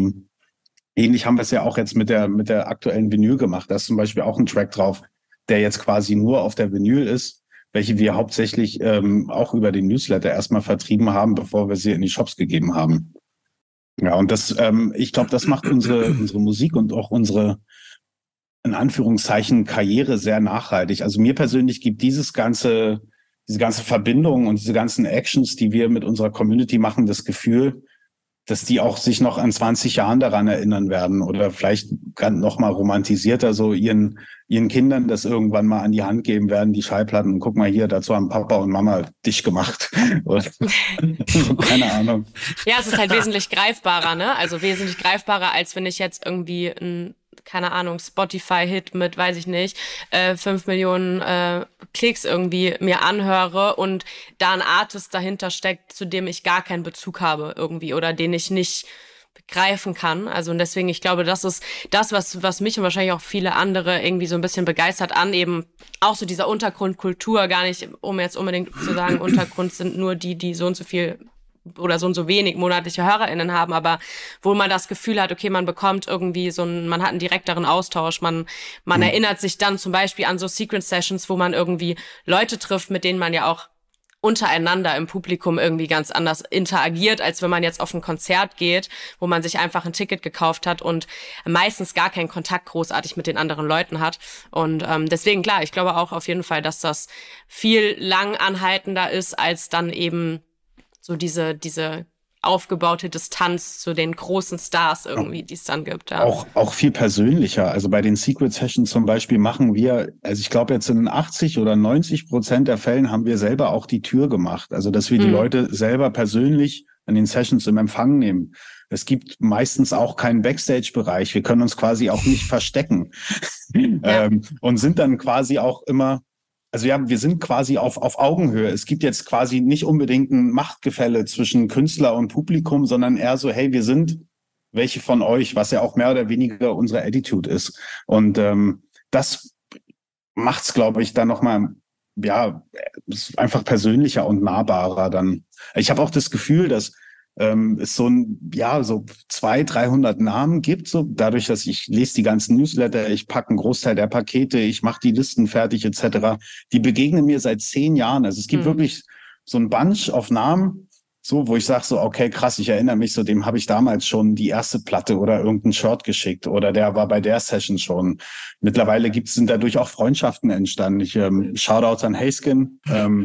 Speaker 6: Ähnlich haben wir es ja auch jetzt mit der aktuellen Vinyl gemacht. Da ist zum Beispiel auch ein Track drauf, der jetzt quasi nur auf der Vinyl ist, welche wir hauptsächlich auch über den Newsletter erstmal vertrieben haben, bevor wir sie in die Shops gegeben haben. Ja, und das, ich glaube, das macht unsere Musik und auch unsere, in Anführungszeichen, Karriere sehr nachhaltig. Also mir persönlich gibt diese ganze Verbindung und diese ganzen Actions, die wir mit unserer Community machen, das Gefühl, dass die auch sich noch an 20 Jahren daran erinnern werden oder vielleicht noch mal romantisierter so ihren Kindern das irgendwann mal an die Hand geben werden, die Schallplatten. Und guck mal hier, dazu haben Papa und Mama dich gemacht. Oder, keine Ahnung.
Speaker 4: Ja, es ist halt wesentlich greifbarer, ne? Also wesentlich greifbarer, als wenn ich jetzt irgendwie ein, keine Ahnung, Spotify-Hit mit, weiß ich nicht, 5 Millionen Klicks irgendwie mir anhöre und da ein Artist dahinter steckt, zu dem ich gar keinen Bezug habe irgendwie oder den ich nicht greifen kann. Also und deswegen, ich glaube, das ist das, was mich und wahrscheinlich auch viele andere irgendwie so ein bisschen begeistert an eben auch so dieser Untergrundkultur, gar nicht, um jetzt unbedingt zu sagen, Untergrund sind nur die so und so viel oder so und so wenig monatliche HörerInnen haben, aber wo man das Gefühl hat, okay, man bekommt irgendwie man hat einen direkteren Austausch, man erinnert sich dann zum Beispiel an so Secret Sessions, wo man irgendwie Leute trifft, mit denen man ja auch untereinander im Publikum irgendwie ganz anders interagiert, als wenn man jetzt auf ein Konzert geht, wo man sich einfach ein Ticket gekauft hat und meistens gar keinen Kontakt großartig mit den anderen Leuten hat. Und deswegen, klar, ich glaube auch auf jeden Fall, dass das viel langanhaltender ist, als dann eben so diese aufgebaute Distanz zu den großen Stars irgendwie, die es dann gibt. Ja.
Speaker 6: Auch viel persönlicher. Also bei den Secret Sessions zum Beispiel machen wir, also ich glaube jetzt in 80 oder 90% der Fällen haben wir selber auch die Tür gemacht. Also dass wir die Leute selber persönlich an den Sessions im Empfang nehmen. Es gibt meistens auch keinen Backstage-Bereich. Wir können uns quasi auch nicht verstecken. Und sind dann quasi auch immer, also ja, wir sind quasi auf Augenhöhe. Es gibt jetzt quasi nicht unbedingt ein Machtgefälle zwischen Künstler und Publikum, sondern eher so, hey, wir sind welche von euch, was ja auch mehr oder weniger unsere Attitude ist. Und das macht's, glaube ich, dann nochmal, ja, ist einfach persönlicher und nahbarer dann. Ich habe auch das Gefühl, dass es so 200, 300 Namen gibt, so dadurch, dass ich lese die ganzen Newsletter, ich packe einen Großteil der Pakete, ich mache die Listen fertig etc. Die begegnen mir seit 10 Jahren. Also es gibt wirklich so ein Bunch auf Namen, so wo ich sage so, okay, krass, ich erinnere mich, so dem habe ich damals schon die erste Platte oder irgendein Shirt geschickt oder der war bei der Session schon. Mittlerweile sind dadurch auch Freundschaften entstanden. Shoutouts an Hayskin,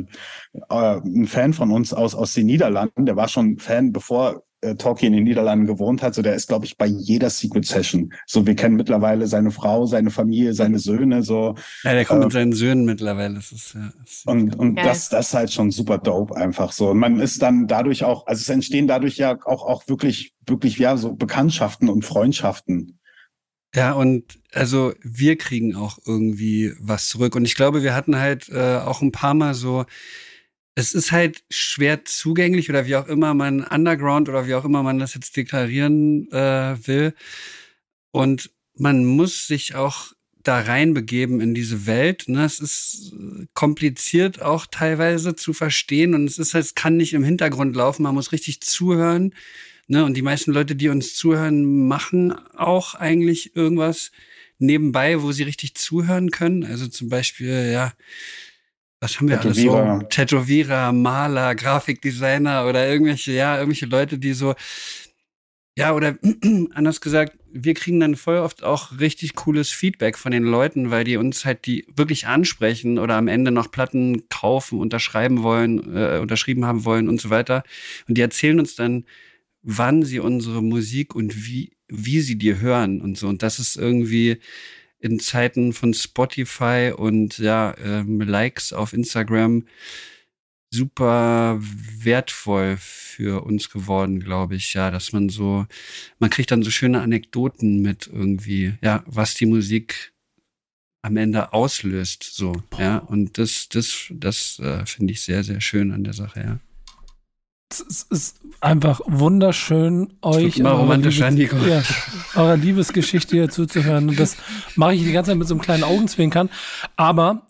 Speaker 6: ein Fan von uns aus den Niederlanden, der war schon Fan, bevor Talkie in den Niederlanden gewohnt hat. So, der ist, glaube ich, bei jeder Secret Session. So, wir kennen mittlerweile seine Frau, seine Familie, seine Söhne. So. Ja,
Speaker 5: der kommt mit seinen Söhnen mittlerweile.
Speaker 6: Und das ist halt schon super dope einfach so. Und man ist dann dadurch auch, also es entstehen dadurch ja auch wirklich, ja, so Bekanntschaften und Freundschaften.
Speaker 5: Ja, und also wir kriegen auch irgendwie was zurück. Und ich glaube, wir hatten halt auch ein paar Mal so, es ist halt schwer zugänglich oder wie auch immer man Underground oder wie auch immer man das jetzt deklarieren will. Und man muss sich auch da reinbegeben in diese Welt. Ne? Es ist kompliziert auch teilweise zu verstehen und es kann nicht im Hintergrund laufen. Man muss richtig zuhören. Ne? Und die meisten Leute, die uns zuhören, machen auch eigentlich irgendwas nebenbei, wo sie richtig zuhören können. Also zum Beispiel, ja, was haben wir alles so? Tätowierer, Maler, Grafikdesigner oder irgendwelche Leute, die so, ja, oder anders gesagt, wir kriegen dann voll oft auch richtig cooles Feedback von den Leuten, weil die uns halt die wirklich ansprechen oder am Ende noch Platten kaufen, unterschrieben haben wollen und so weiter. Und die erzählen uns dann, wann sie unsere Musik und wie sie die hören und so. Und das ist irgendwie in Zeiten von Spotify und Likes auf Instagram super wertvoll für uns geworden, glaube ich, ja, dass man kriegt dann so schöne Anekdoten mit irgendwie, ja, was die Musik am Ende auslöst, so, ja, und das finde ich sehr, sehr schön an der Sache, ja.
Speaker 3: Es ist einfach wunderschön, euch
Speaker 5: immer romantischer, Nico.
Speaker 3: Ja, eurer Liebesgeschichte hier zuzuhören. Und das mache ich die ganze Zeit mit so einem kleinen Augenzwinkern. Aber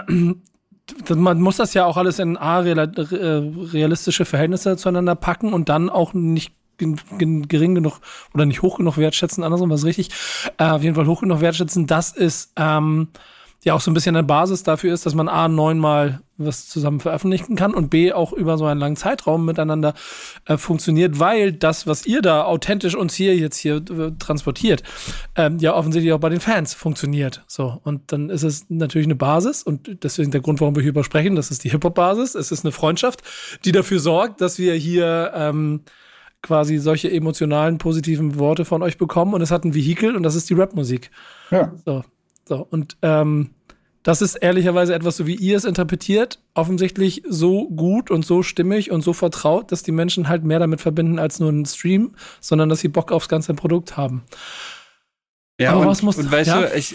Speaker 3: man muss das ja auch alles in realistische Verhältnisse zueinander packen und dann auch nicht gering genug oder nicht hoch genug wertschätzen, andersrum was richtig. Auf jeden Fall hoch genug wertschätzen, dass es ja auch so ein bisschen eine Basis dafür ist, dass man A, 9-mal was zusammen veröffentlichen kann und B, auch über so einen langen Zeitraum miteinander funktioniert, weil das, was ihr da authentisch uns hier transportiert, ja offensichtlich auch bei den Fans funktioniert. So, und dann ist es natürlich eine Basis und deswegen der Grund, warum wir hierüber sprechen, das ist die Hip-Hop-Basis, es ist eine Freundschaft, die dafür sorgt, dass wir hier quasi solche emotionalen, positiven Worte von euch bekommen und es hat ein Vehikel und das ist die Rap-Musik.
Speaker 6: Ja.
Speaker 3: So, und das ist ehrlicherweise etwas, so wie ihr es interpretiert, offensichtlich so gut und so stimmig und so vertraut, dass die Menschen halt mehr damit verbinden als nur einen Stream, sondern dass sie Bock aufs ganze Produkt haben.
Speaker 5: Ja,
Speaker 3: aber
Speaker 5: und weißt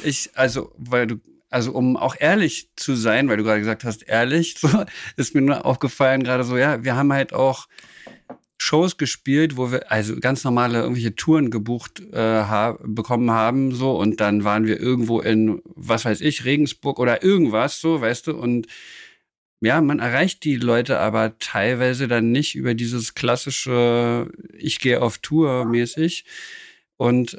Speaker 5: du, um auch ehrlich zu sein, weil du gerade gesagt hast, ehrlich, so, ist mir nur aufgefallen gerade so, ja, wir haben halt auch Shows gespielt, wo wir also ganz normale irgendwelche Touren gebucht bekommen haben, so, und dann waren wir irgendwo in, was weiß ich, Regensburg oder irgendwas, so, weißt du, und ja, man erreicht die Leute aber teilweise dann nicht über dieses klassische ich gehe auf Tour mäßig und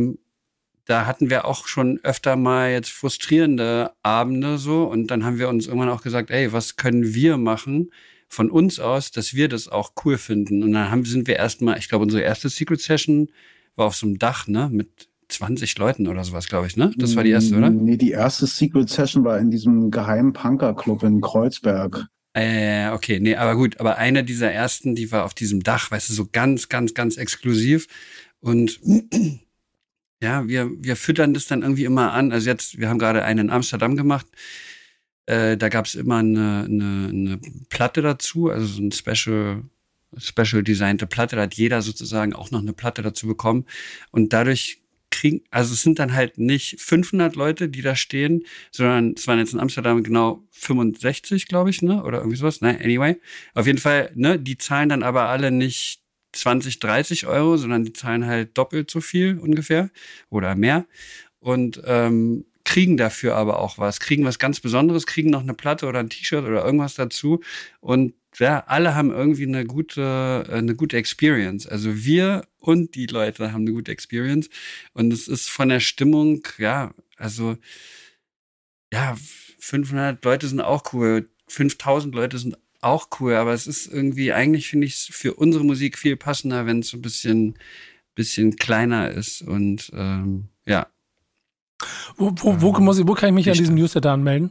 Speaker 5: da hatten wir auch schon öfter mal jetzt frustrierende Abende so und dann haben wir uns irgendwann auch gesagt, ey, was können wir machen von uns aus, dass wir das auch cool finden. Und dann sind wir erstmal, ich glaube, unsere erste Secret Session war auf so einem Dach, ne, mit 20 Leuten oder sowas, glaube ich, ne? Das war die erste, oder?
Speaker 6: Nee, die erste Secret Session war in diesem geheimen Punker-Club in Kreuzberg.
Speaker 5: Okay, nee, aber gut, aber eine dieser ersten, die war auf diesem Dach, weißt du, so ganz, ganz, ganz exklusiv. Und ja, wir füttern das dann irgendwie immer an. Also jetzt, wir haben gerade einen in Amsterdam gemacht. Da gab's immer eine Platte dazu, also so ein special designte Platte. Da hat jeder sozusagen auch noch eine Platte dazu bekommen. Und dadurch also es sind dann halt nicht 500 Leute, die da stehen, sondern es waren jetzt in Amsterdam genau 65, glaube ich, ne? Oder irgendwie sowas. Ne, anyway. Auf jeden Fall, ne? Die zahlen dann aber alle nicht 20, 30 Euro, sondern die zahlen halt doppelt so viel ungefähr oder mehr. Und kriegen dafür aber auch kriegen was ganz Besonderes, kriegen noch eine Platte oder ein T-Shirt oder irgendwas dazu. Und ja, alle haben irgendwie eine gute Experience. Also wir und die Leute haben eine gute Experience. Und es ist von der Stimmung, ja, also, ja, 500 Leute sind auch cool, 5000 Leute sind auch cool, aber es ist irgendwie, eigentlich finde ich es für unsere Musik viel passender, wenn es so ein bisschen kleiner ist. Und ja.
Speaker 3: Wo kann ich mich an diesem Newsletter anmelden?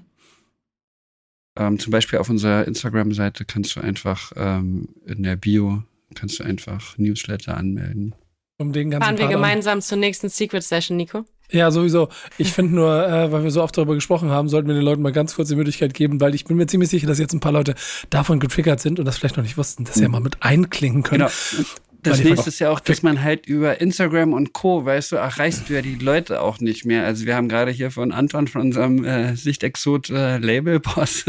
Speaker 5: Zum Beispiel auf unserer Instagram-Seite kannst du einfach in der Bio einfach Newsletter anmelden.
Speaker 4: Fahren wir gemeinsam zur nächsten Secret Session, Nico?
Speaker 3: Ja, sowieso. Ich finde nur, weil wir so oft darüber gesprochen haben, sollten wir den Leuten mal ganz kurz die Möglichkeit geben, weil ich bin mir ziemlich sicher, dass jetzt ein paar Leute davon getriggert sind und das vielleicht noch nicht wussten, dass sie ja mal mit einklingen können.
Speaker 5: Genau. Das nächste ist ja auch, dass man halt über Instagram und Co., weißt du, erreichst du ja die Leute auch nicht mehr. Also wir haben gerade hier von Anton, von unserem Sichtexot-Label-Boss,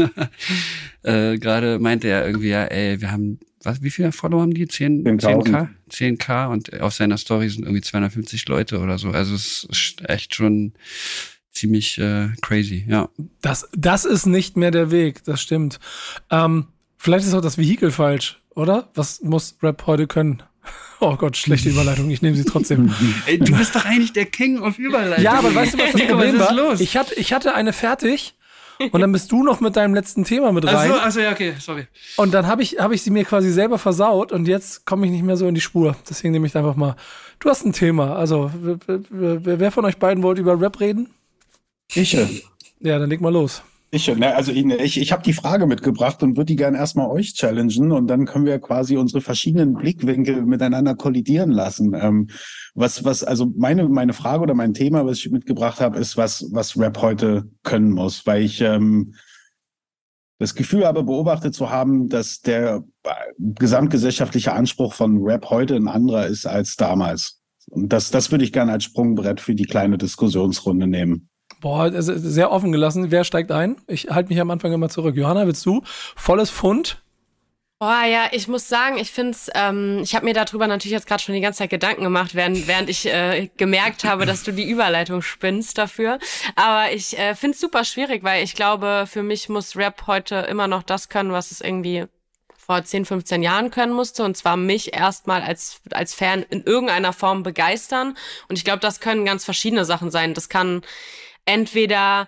Speaker 5: gerade meinte er irgendwie, ja, ey, wir haben, wie viele Follower haben die? 10K? 10K und auf seiner Story sind irgendwie 250 Leute oder so. Also es ist echt schon ziemlich crazy, ja.
Speaker 3: Das ist nicht mehr der Weg, das stimmt. Vielleicht ist auch das Vehikel falsch, oder? Was muss Rap heute können? Oh Gott, schlechte Überleitung, ich nehme sie trotzdem.
Speaker 5: Ey, du bist doch eigentlich der King auf Überleitung.
Speaker 3: Ja, aber weißt du, was das Problem war? Los? Ich hatte eine fertig und dann bist du noch mit deinem letzten Thema mit rein.
Speaker 5: Also ja, okay, sorry.
Speaker 3: Und dann hab ich sie mir quasi selber versaut und jetzt komme ich nicht mehr so in die Spur. Deswegen nehme ich einfach mal, du hast ein Thema. Also, wer von euch beiden wollte über Rap reden?
Speaker 6: Ich.
Speaker 3: Ja, dann leg mal los.
Speaker 6: Ich habe die Frage mitgebracht und würde die gerne erstmal euch challengen und dann können wir quasi unsere verschiedenen Blickwinkel miteinander kollidieren lassen. Also meine Frage oder mein Thema, was ich mitgebracht habe, ist, was Rap heute können muss, weil ich das Gefühl habe, beobachtet zu haben, dass der gesamtgesellschaftliche Anspruch von Rap heute ein anderer ist als damals. Und das würde ich gerne als Sprungbrett für die kleine Diskussionsrunde nehmen.
Speaker 3: Boah, sehr offen gelassen. Wer steigt ein? Ich halte mich am Anfang immer zurück. Johanna, willst du? Volles Pfund?
Speaker 4: Boah, ja, ich muss sagen, ich find's, ich habe mir darüber natürlich jetzt gerade schon die ganze Zeit Gedanken gemacht, während ich gemerkt habe, dass du die Überleitung spinnst dafür. Aber ich find's super schwierig, weil ich glaube, für mich muss Rap heute immer noch das können, was es irgendwie vor 10, 15 Jahren können musste. Und zwar mich erstmal als Fan in irgendeiner Form begeistern. Und ich glaube, das können ganz verschiedene Sachen sein. Das kann entweder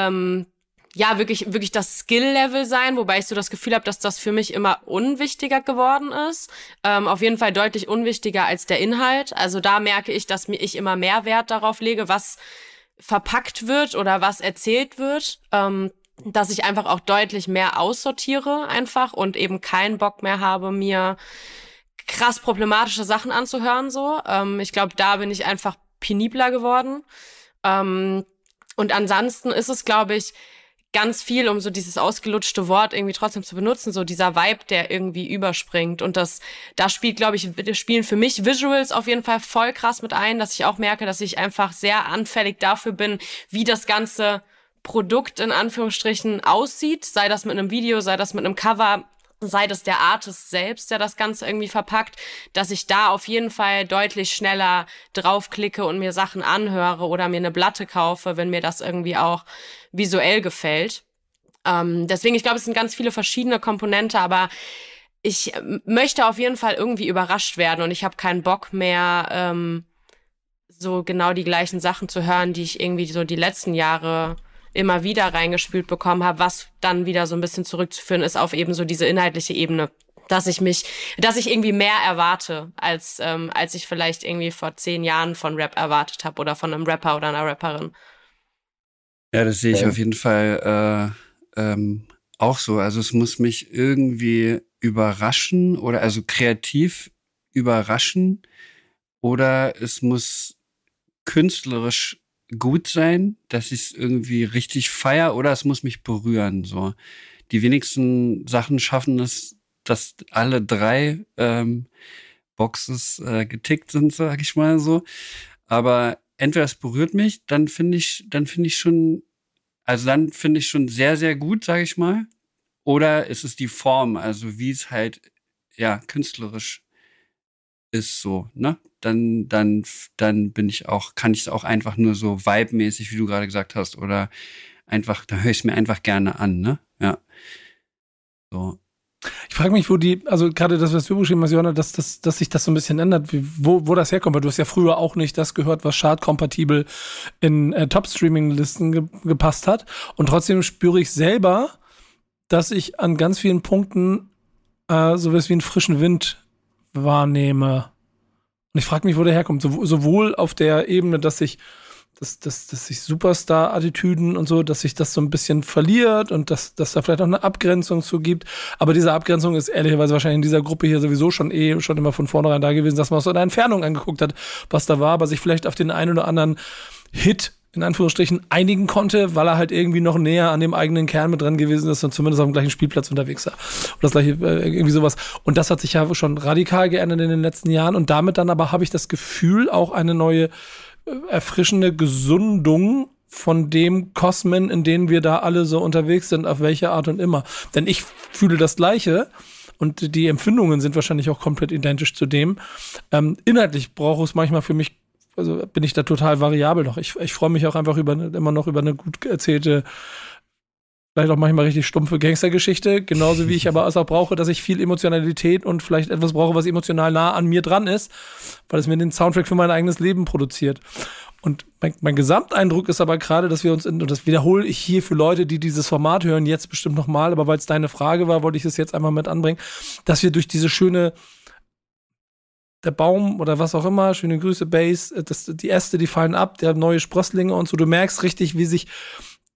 Speaker 4: ja, wirklich das Skill-Level sein, wobei ich so das Gefühl habe, dass das für mich immer unwichtiger geworden ist. Auf jeden Fall deutlich unwichtiger als der Inhalt. Also da merke ich, dass ich immer mehr Wert darauf lege, was verpackt wird oder was erzählt wird. Dass ich einfach auch deutlich mehr aussortiere einfach und eben keinen Bock mehr habe, mir krass problematische Sachen anzuhören. So, ich glaube, da bin ich einfach penibler geworden. Und ansonsten ist es, glaube ich, ganz viel, um so dieses ausgelutschte Wort irgendwie trotzdem zu benutzen, so dieser Vibe, der irgendwie überspringt. Und da spielen für mich Visuals auf jeden Fall voll krass mit ein, dass ich auch merke, dass ich einfach sehr anfällig dafür bin, wie das ganze Produkt in Anführungsstrichen aussieht, sei das mit einem Video, sei das mit einem Cover, sei das der Artist selbst, der das Ganze irgendwie verpackt, dass ich da auf jeden Fall deutlich schneller draufklicke und mir Sachen anhöre oder mir eine Platte kaufe, wenn mir das irgendwie auch visuell gefällt. Deswegen, ich glaube, es sind ganz viele verschiedene Komponente, aber ich möchte auf jeden Fall irgendwie überrascht werden und ich habe keinen Bock mehr, so genau die gleichen Sachen zu hören, die ich irgendwie so die letzten Jahre immer wieder reingespült bekommen habe, was dann wieder so ein bisschen zurückzuführen ist auf eben so diese inhaltliche Ebene, dass ich irgendwie mehr erwarte, als ich vielleicht irgendwie vor 10 Jahren von Rap erwartet habe oder von einem Rapper oder einer Rapperin.
Speaker 5: Ja, das sehe ich auf jeden Fall auch so. Also es muss mich irgendwie überraschen oder also kreativ überraschen oder es muss künstlerisch gut sein, dass ich es irgendwie richtig feier oder es muss mich berühren. So, die wenigsten Sachen schaffen es, dass alle 3 Boxes getickt sind, sag ich mal so. Aber entweder es berührt mich, dann finde ich schon sehr, sehr gut, sag ich mal. Oder es ist die Form, also wie es halt ja künstlerisch ist so, ne? Dann bin ich auch, kann ich es auch einfach nur so vibe-mäßig, wie du gerade gesagt hast, oder einfach, da höre ich es mir einfach gerne an, ne? Ja. So.
Speaker 3: Ich frage mich, also gerade das, was du beschrieben hast, Johanna, dass sich das so ein bisschen ändert, wo das herkommt, weil du hast ja früher auch nicht das gehört, was chartkompatibel in Top-Streaming-Listen gepasst hat. Und trotzdem spüre ich selber, dass ich an ganz vielen Punkten sowas wie einen frischen Wind wahrnehme. Und ich frage mich, wo der herkommt. Sowohl auf der Ebene, dass sich Superstar-Attitüden und so, dass sich das so ein bisschen verliert und dass da vielleicht auch eine Abgrenzung zu gibt. Aber diese Abgrenzung ist ehrlicherweise wahrscheinlich in dieser Gruppe hier sowieso schon immer von vornherein da gewesen, dass man aus so einer Entfernung angeguckt hat, was da war, aber sich vielleicht auf den einen oder anderen Hit in Anführungsstrichen einigen konnte, weil er halt irgendwie noch näher an dem eigenen Kern mit dran gewesen ist und zumindest auf dem gleichen Spielplatz unterwegs war. Oder das gleiche, irgendwie sowas. Und das hat sich ja schon radikal geändert in den letzten Jahren und damit dann aber habe ich das Gefühl, auch eine neue erfrischende Gesundung von dem Kosmen, in denen wir da alle so unterwegs sind, auf welche Art und immer. Denn ich fühle das Gleiche und die Empfindungen sind wahrscheinlich auch komplett identisch zu dem. Inhaltlich brauche es manchmal für mich, also bin ich da total variabel noch. Ich freue mich auch einfach immer noch über eine gut erzählte, vielleicht auch manchmal richtig stumpfe Gangstergeschichte, genauso wie ich aber es auch brauche, dass ich viel Emotionalität und vielleicht etwas brauche, was emotional nah an mir dran ist, weil es mir den Soundtrack für mein eigenes Leben produziert. Und mein Gesamteindruck ist aber gerade, dass wir uns, und das wiederhole ich hier für Leute, die dieses Format hören, jetzt bestimmt nochmal, aber weil es deine Frage war, wollte ich es jetzt einmal mit anbringen, dass wir durch diese schöne der Baum oder was auch immer, schöne Grüße, Bass, die Äste, die fallen ab, der neue Sprösslinge und so, du merkst richtig, wie sich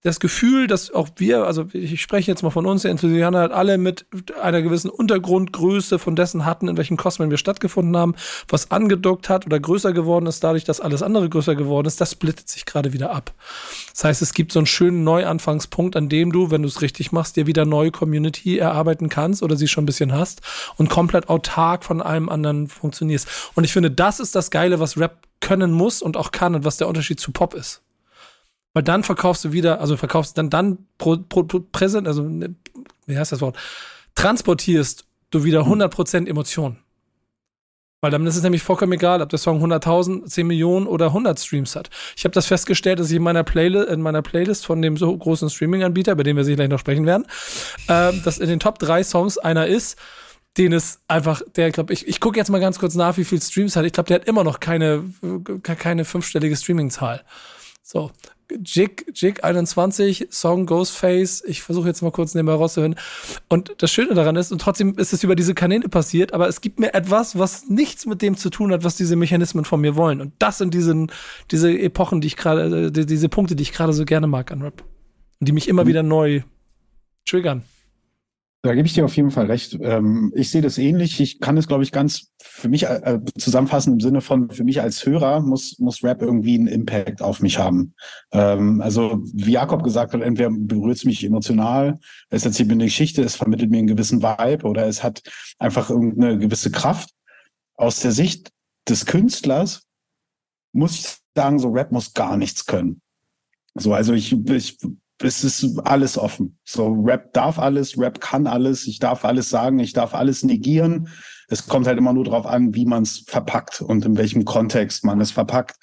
Speaker 3: das Gefühl, dass auch wir, also ich spreche jetzt mal von uns, der Enthusianer halt alle mit einer gewissen Untergrundgröße von dessen hatten, in welchem Kosmos wir stattgefunden haben, was angedockt hat oder größer geworden ist, dadurch, dass alles andere größer geworden ist, das splittet sich gerade wieder ab. Das heißt, es gibt so einen schönen Neuanfangspunkt, an dem du, wenn du es richtig machst, dir wieder neue Community erarbeiten kannst oder sie schon ein bisschen hast und komplett autark von allem anderen funktionierst. Und ich finde, das ist das Geile, was Rap können muss und auch kann und was der Unterschied zu Pop ist. Weil dann verkaufst du wieder, also verkaufst dann präsent, also wie heißt das Wort, transportierst du wieder 100% Emotionen. Weil dann ist es nämlich vollkommen egal, ob der Song 100.000, 10 Millionen oder 100 Streams hat. Ich habe das festgestellt, dass ich in meiner Playlist von dem so großen Streaming-Anbieter, über den wir sicher gleich noch sprechen werden, dass in den Top 3 Songs einer ist, den es einfach, ich gucke jetzt mal ganz kurz nach, wie viel Streams hat. Ich glaube, der hat immer noch keine 5-stellige Streaming-Zahl. So, Jig 21, Song Ghostface, ich versuche jetzt mal kurz nebenbei rauszuhören. Und das Schöne daran ist, und trotzdem ist es über diese Kanäle passiert, aber es gibt mir etwas, was nichts mit dem zu tun hat, was diese Mechanismen von mir wollen. Und das sind diese Epochen, diese Punkte, die ich gerade so gerne mag an Rap. Und die mich immer wieder neu triggern.
Speaker 6: Da gebe ich dir auf jeden Fall recht. Ich sehe das ähnlich. Ich kann es, glaube ich, ganz für mich zusammenfassen im Sinne von, für mich als Hörer muss Rap irgendwie einen Impact auf mich haben. Also wie Jakob gesagt hat, entweder berührt es mich emotional, es erzählt mir eine Geschichte, es vermittelt mir einen gewissen Vibe oder es hat einfach irgendeine gewisse Kraft. Aus der Sicht des Künstlers muss ich sagen, so Rap muss gar nichts können. So, also es ist alles offen. So, Rap darf alles, Rap kann alles, ich darf alles sagen, ich darf alles negieren. Es kommt halt immer nur darauf an, wie man es verpackt und in welchem Kontext man es verpackt.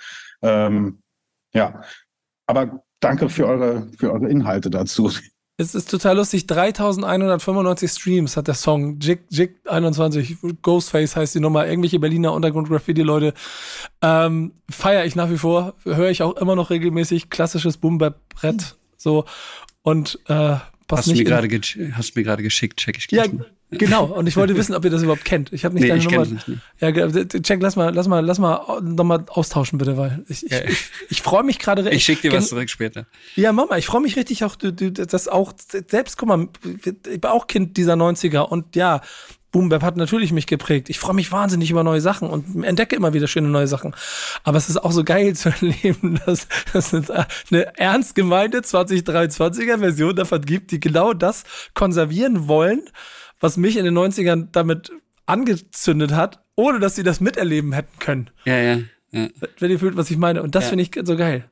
Speaker 6: Ja, aber danke für eure Inhalte dazu.
Speaker 3: Es ist total lustig, 3.195 Streams hat der Song, Jig 21, Ghostface heißt die Nummer, irgendwelche Berliner Untergrund-Graffiti-Leute, feiere ich nach wie vor, höre ich auch immer noch regelmäßig, klassisches Boom-Bap-Brett, so, und
Speaker 5: Hast du mir gerade geschickt, check ich gleich mal.
Speaker 3: Genau, und ich wollte wissen, ob ihr das überhaupt kennt. Ich habe nicht deine Nummer. Nicht. Ja, check, lass mal nochmal austauschen, bitte, weil ich freue mich gerade.
Speaker 5: Ich schicke dir was zurück später.
Speaker 3: Ja, Mama, ich freue mich richtig auch, das auch, selbst, guck mal, ich bin auch Kind dieser 90er und ja, Boom Bap hat natürlich mich geprägt. Ich freue mich wahnsinnig über neue Sachen und entdecke immer wieder schöne neue Sachen. Aber es ist auch so geil zu erleben, dass es eine ernst gemeinte 2023er Version davon gibt, die genau das konservieren wollen, was mich in den 90ern damit angezündet hat, ohne dass sie das miterleben hätten können.
Speaker 5: Ja.
Speaker 3: Wenn ihr fühlt, was ich meine. Und das finde ich so geil.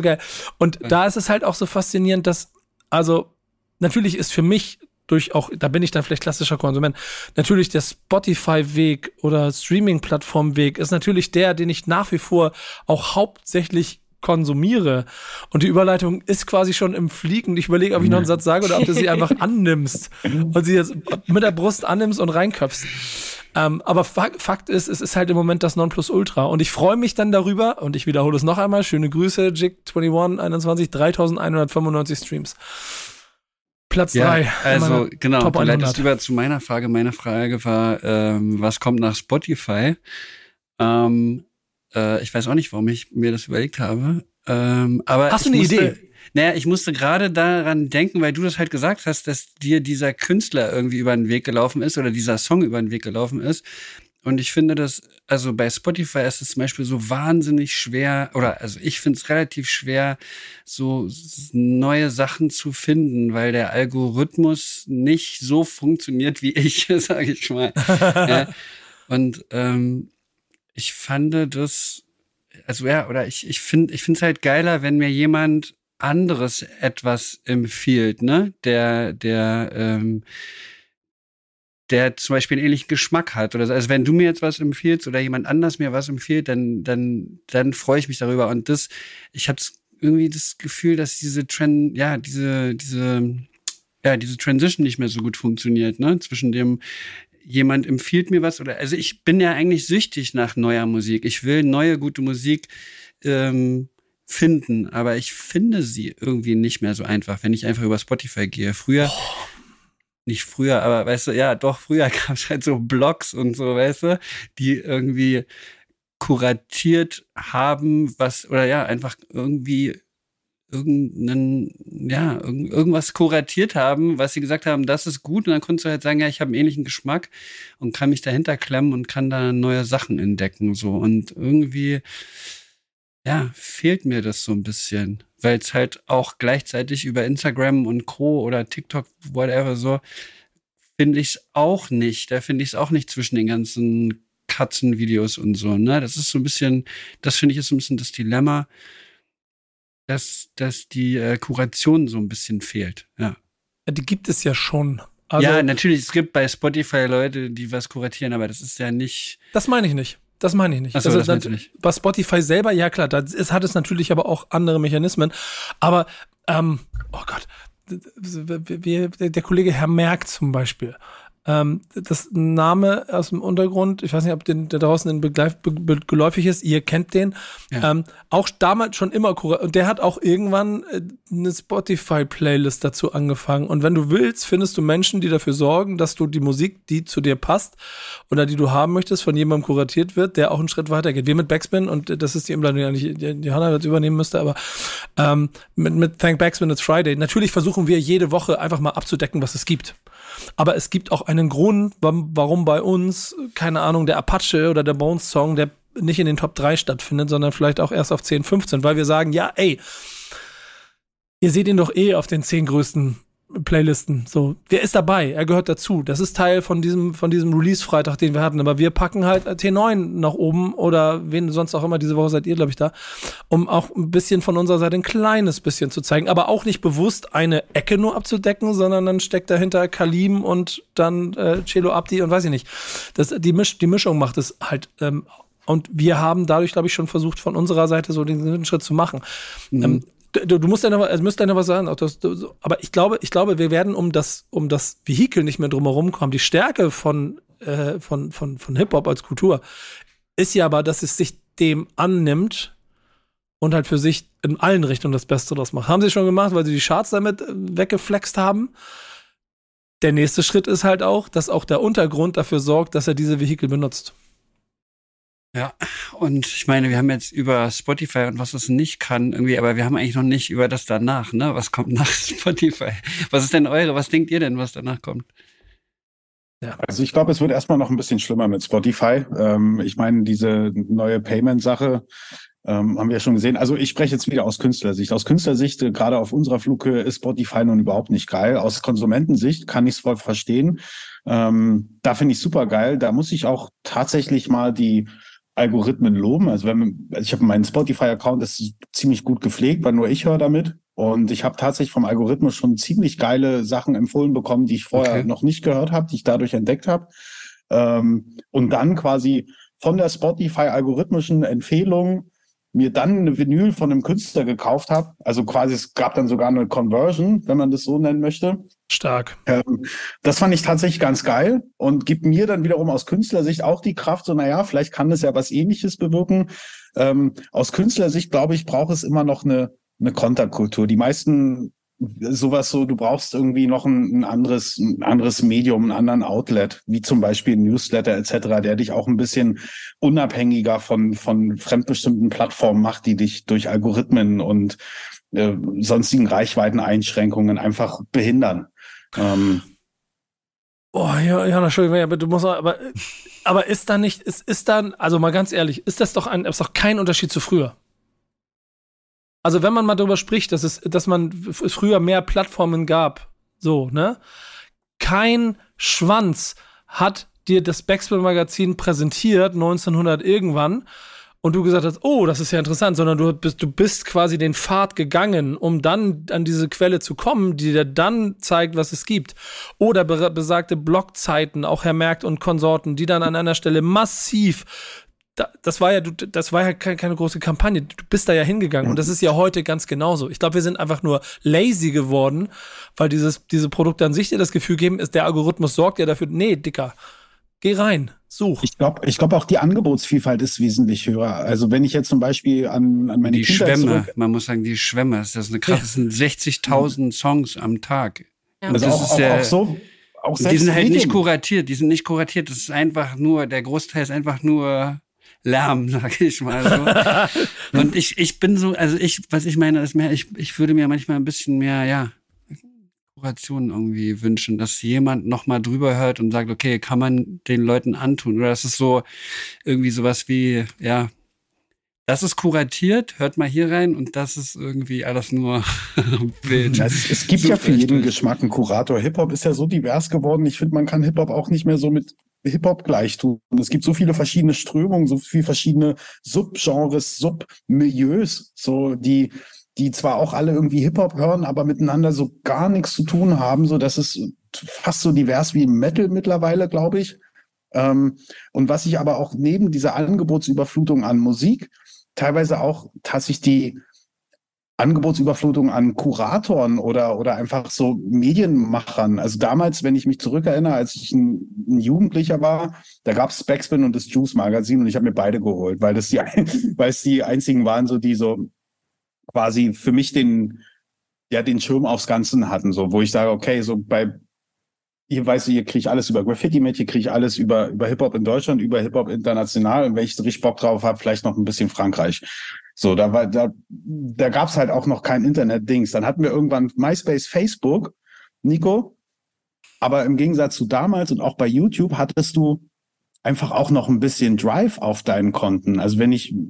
Speaker 3: Und da ist es halt auch so faszinierend, dass, also, natürlich ist für mich da bin ich dann vielleicht klassischer Konsument, natürlich der Spotify-Weg oder Streaming-Plattform-Weg ist natürlich der, den ich nach wie vor auch hauptsächlich konsumiere. Und die Überleitung ist quasi schon im Fliegen. Ich überlege, ob ich noch einen Satz sage oder ob du sie einfach annimmst und sie jetzt mit der Brust annimmst und reinköpfst. Aber Fakt ist, es ist halt im Moment das Nonplusultra. Und ich freue mich dann darüber, und ich wiederhole es noch einmal, schöne Grüße, Jig21, 3.195 Streams. Platz 3.
Speaker 5: Ja, also genau, du leitest über zu meiner Frage. Meine Frage war, was kommt nach Spotify? Ich weiß auch nicht, warum ich mir das überlegt habe. Aber
Speaker 3: hast du eine Idee?
Speaker 5: Naja, ich musste gerade daran denken, weil du das halt gesagt hast, dass dir dieser Künstler irgendwie über den Weg gelaufen ist oder dieser Song über den Weg gelaufen ist. Und ich finde das, also bei Spotify ist es zum Beispiel so wahnsinnig schwer, oder also ich finde es relativ schwer, so neue Sachen zu finden, weil der Algorithmus nicht so funktioniert wie ich, sage ich mal. Und ich fand das, also ja, oder ich finde es halt geiler, wenn mir jemand anderes etwas empfiehlt, ne? Der zum Beispiel einen ähnlichen Geschmack hat oder so. Also wenn du mir jetzt was empfiehlst oder jemand anders mir was empfiehlt, dann freue ich mich darüber. Und ich habe irgendwie das Gefühl, dass diese Transition nicht mehr so gut funktioniert, ne? Zwischen dem, jemand empfiehlt mir was oder, also ich bin ja eigentlich süchtig nach neuer Musik. Ich will neue, gute Musik finden, aber ich finde sie irgendwie nicht mehr so einfach, wenn ich einfach über Spotify gehe. Nicht früher, aber weißt du, ja, doch, früher gab es halt so Blogs und so, weißt du, die irgendwie kuratiert haben, einfach irgendwie irgendwas kuratiert haben, was sie gesagt haben, das ist gut. Und dann konntest du halt sagen, ja, ich habe einen ähnlichen Geschmack und kann mich dahinter klemmen und kann da neue Sachen entdecken. So. Und irgendwie, ja, fehlt mir das so ein bisschen. Weil es halt auch gleichzeitig über Instagram und Co. oder TikTok, whatever so, finde ich es auch nicht. Da finde ich es auch nicht zwischen den ganzen Katzenvideos und so. Ne? Das ist so ein bisschen, das finde ich ist so ein bisschen das Dilemma, dass die Kuration so ein bisschen fehlt. Ja.
Speaker 3: Die gibt es ja schon. Also,
Speaker 5: ja, natürlich, es gibt bei Spotify Leute, die was kuratieren, aber das ist ja nicht.
Speaker 3: Das meine ich nicht. Ach so,
Speaker 5: das meinst du nicht.
Speaker 3: Bei Spotify selber, ja klar, hat es natürlich aber auch andere Mechanismen. Aber, oh Gott, der Kollege Herr Merck zum Beispiel, das Name aus dem Untergrund, ich weiß nicht, ob der draußen geläufig ist, ihr kennt den, ja. Auch damals schon immer, und der hat auch irgendwann eine Spotify-Playlist dazu angefangen. Und wenn du willst, findest du Menschen, die dafür sorgen, dass du die Musik, die zu dir passt oder die du haben möchtest, von jemandem kuratiert wird, der auch einen Schritt weiter geht. Wir mit Backspin, und das ist die Umleitung, die eigentlich Johanna jetzt übernehmen müsste, aber mit Thank Backspin, It's Friday. Natürlich versuchen wir jede Woche einfach mal abzudecken, was es gibt. Aber es gibt auch einen Grund, warum bei uns, keine Ahnung, der Apache oder der Bones Song, der nicht in den Top 3 stattfindet, sondern vielleicht auch erst auf 10, 15, weil wir sagen, ja, ey, ihr seht ihn doch auf den 10 größten Playlisten. So, wer ist dabei? Er gehört dazu. Das ist Teil von diesem Release-Freitag, den wir hatten. Aber wir packen halt T9 nach oben oder wen sonst auch immer. Diese Woche seid ihr, glaube ich, da, um auch ein bisschen von unserer Seite ein kleines bisschen zu zeigen. Aber auch nicht bewusst eine Ecke nur abzudecken, sondern dann steckt dahinter Kalim und dann Celo Abdi und weiß ich nicht. Die Mischung macht es halt. Und wir haben dadurch, glaube ich, schon versucht, von unserer Seite so den Schritt zu machen.
Speaker 5: Mhm.
Speaker 3: Du musst ja noch was sagen. Aber ich glaube, wir werden um das Vehikel nicht mehr drumherum kommen. Die Stärke von Hip-Hop als Kultur ist ja aber, dass es sich dem annimmt und halt für sich in allen Richtungen das Beste draus macht. Haben sie schon gemacht, weil sie die Charts damit weggeflext haben. Der nächste Schritt ist halt auch, dass auch der Untergrund dafür sorgt, dass er diese Vehikel benutzt.
Speaker 5: Ja, und ich meine, wir haben jetzt über Spotify und was es nicht kann irgendwie, aber wir haben eigentlich noch nicht über das danach, ne? Was kommt nach Spotify? Was ist denn was denkt ihr denn, was danach kommt?
Speaker 6: Ja. Also ich glaube, es wird erstmal noch ein bisschen schlimmer mit Spotify. Ich meine, diese neue Payment-Sache haben wir ja schon gesehen. Also ich spreche jetzt wieder aus Künstlersicht. Aus Künstlersicht, gerade auf unserer Flughöhe, ist Spotify nun überhaupt nicht geil. Aus Konsumentensicht kann ich es voll verstehen. Da finde ich super geil. Da muss ich auch tatsächlich mal die Algorithmen loben. Also ich habe meinen Spotify-Account, das ist ziemlich gut gepflegt, weil nur ich höre damit. Und ich habe tatsächlich vom Algorithmus schon ziemlich geile Sachen empfohlen bekommen, die ich vorher noch nicht gehört habe, die ich dadurch entdeckt habe. Und dann quasi von der Spotify-algorithmischen Empfehlung mir dann eine Vinyl von einem Künstler gekauft habe. Also quasi, es gab dann sogar eine Conversion, wenn man das so nennen möchte.
Speaker 3: Stark.
Speaker 6: Das fand ich tatsächlich ganz geil und gibt mir dann wiederum aus Künstlersicht auch die Kraft, so naja, vielleicht kann das ja was Ähnliches bewirken. Aus Künstlersicht, glaube ich, braucht es immer noch eine Konterkultur. Die meisten sowas so, du brauchst irgendwie noch ein anderes Medium, einen anderen Outlet, wie zum Beispiel ein Newsletter etc., der dich auch ein bisschen unabhängiger von fremdbestimmten Plattformen macht, die dich durch Algorithmen und sonstigen Reichweiteneinschränkungen einfach behindern.
Speaker 3: Ja, Entschuldigung, aber du musst aber ist da nicht, ist dann, also mal ganz ehrlich, ist doch kein Unterschied zu früher. Also wenn man mal darüber spricht, dass es früher mehr Plattformen gab, so, ne? Kein Schwanz hat dir das Backspin-Magazin präsentiert, 1900 irgendwann, und du gesagt hast, oh, das ist ja interessant, sondern du bist quasi den Pfad gegangen, um dann an diese Quelle zu kommen, die dir dann zeigt, was es gibt. Oder besagte Blogzeiten, auch Herr Merck und Konsorten, die dann an einer Stelle massiv, das war ja keine große Kampagne, du bist da ja hingegangen, und das ist ja heute ganz genauso. Ich glaube, wir sind einfach nur lazy geworden, weil diese Produkte an sich dir das Gefühl geben, der Algorithmus sorgt ja dafür, nee, Dicker, geh rein, such.
Speaker 6: Ich glaube auch die Angebotsvielfalt ist wesentlich höher. Also wenn ich jetzt zum Beispiel an meine Kindheit
Speaker 5: Schwämme, man muss sagen, die Schwämme, das ist eine krasse, das sind 60.000 Songs am Tag.
Speaker 6: Ja. Also auch so. Auch
Speaker 5: die sind halt nicht kuratiert, das ist einfach nur, der Großteil ist einfach nur Lärm, sag ich mal so. Und ich bin so, also was ich meine, ist mehr, ich würde mir manchmal ein bisschen mehr, ja, Kuration irgendwie wünschen, dass jemand nochmal drüber hört und sagt, okay, kann man den Leuten antun? Oder das ist so irgendwie sowas wie, ja, das ist kuratiert, hört mal hier rein und das ist irgendwie alles nur wild.
Speaker 6: Es gibt ja für jeden Geschmack einen Kurator. Hip-Hop ist ja so divers geworden. Ich finde, man kann Hip-Hop auch nicht mehr so mit Hip-Hop gleich tun. Es gibt so viele verschiedene Strömungen, so viele verschiedene Subgenres, Submilieus, so die zwar auch alle irgendwie Hip-Hop hören, aber miteinander so gar nichts zu tun haben, so dass es fast so divers wie Metal mittlerweile, glaube ich. Und was ich aber auch neben dieser Angebotsüberflutung an Musik teilweise auch tatsächlich die Angebotsüberflutung an Kuratoren oder einfach so Medienmachern. Also damals, wenn ich mich zurückerinnere, als ich ein Jugendlicher war, da gab es Backspin und das Juice Magazin und ich habe mir beide geholt, weil es die einzigen waren, so die so quasi für mich den Schirm aufs Ganze hatten, so, wo ich sage, okay, so hier kriege ich alles über Graffiti mit, hier kriege ich alles über Hip-Hop in Deutschland, über Hip-Hop international und wenn ich so richtig Bock drauf habe, vielleicht noch ein bisschen Frankreich. So, da gab's halt auch noch kein Internet-Dings. Dann hatten wir irgendwann MySpace, Facebook, Nico, aber im Gegensatz zu damals und auch bei YouTube hattest du einfach auch noch ein bisschen Drive auf deinen Konten. Also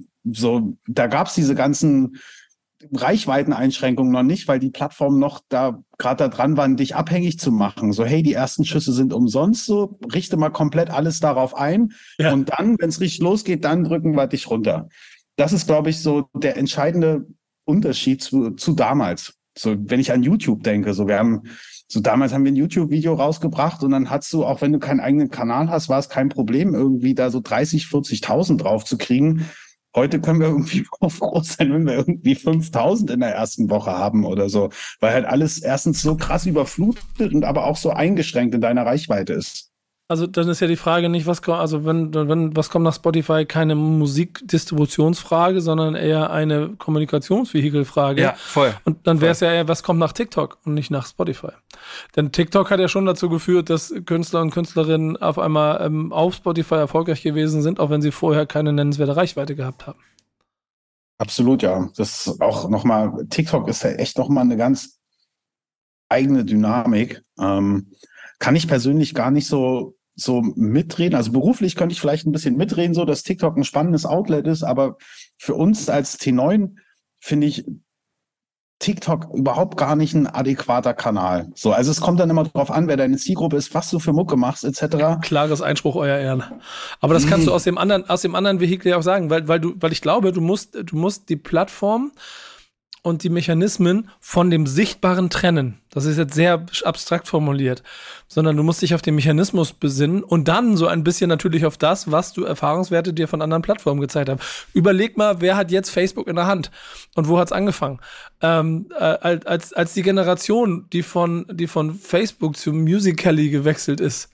Speaker 6: da gab's diese ganzen Reichweiteneinschränkungen noch nicht, weil die Plattformen noch da gerade dran waren, dich abhängig zu machen. So, hey, die ersten Schüsse sind umsonst, so, richte mal komplett alles darauf ein. Ja. Und dann, wenn es richtig losgeht, dann drücken wir dich runter. Das ist, glaube ich, so der entscheidende Unterschied zu damals. So, wenn ich an YouTube denke, damals haben wir ein YouTube-Video rausgebracht und dann hast du, auch wenn du keinen eigenen Kanal hast, war es kein Problem, irgendwie da so 30.000, 40.000 drauf zu kriegen. Heute können wir irgendwie froh sein, wenn wir irgendwie 5.000 in der ersten Woche haben oder so, weil halt alles erstens so krass überflutet und aber auch so eingeschränkt in deiner Reichweite ist.
Speaker 3: Also dann ist ja die Frage nicht, was kommt nach Spotify, keine Musikdistributionsfrage, sondern eher eine Kommunikationsvehikelfrage.
Speaker 5: Ja, voll.
Speaker 3: Und dann wäre es ja eher, was kommt nach TikTok und nicht nach Spotify. Denn TikTok hat ja schon dazu geführt, dass Künstler und Künstlerinnen auf einmal auf Spotify erfolgreich gewesen sind, auch wenn sie vorher keine nennenswerte Reichweite gehabt haben.
Speaker 6: Absolut, ja. Das ist auch nochmal, TikTok ist ja echt nochmal eine ganz eigene Dynamik. Kann ich persönlich gar nicht so mitreden. Also beruflich könnte ich vielleicht ein bisschen mitreden, so dass TikTok ein spannendes Outlet ist, aber für uns als T9 finde ich TikTok überhaupt gar nicht ein adäquater Kanal. So, also es kommt dann immer drauf an, wer deine Zielgruppe ist, was du für Mucke machst, etc.
Speaker 3: Klares Einspruch, euer Ehren. Aber das kannst du aus dem anderen Vehikel ja auch sagen, weil ich glaube, du musst die Plattform und die Mechanismen von dem Sichtbaren trennen. Das ist jetzt sehr abstrakt formuliert. Sondern du musst dich auf den Mechanismus besinnen und dann so ein bisschen natürlich auf das, was du Erfahrungswerte dir von anderen Plattformen gezeigt hast. Überleg mal, wer hat jetzt Facebook in der Hand? Und wo hat's angefangen? Als die Generation, die von Facebook zu Musical.ly gewechselt ist,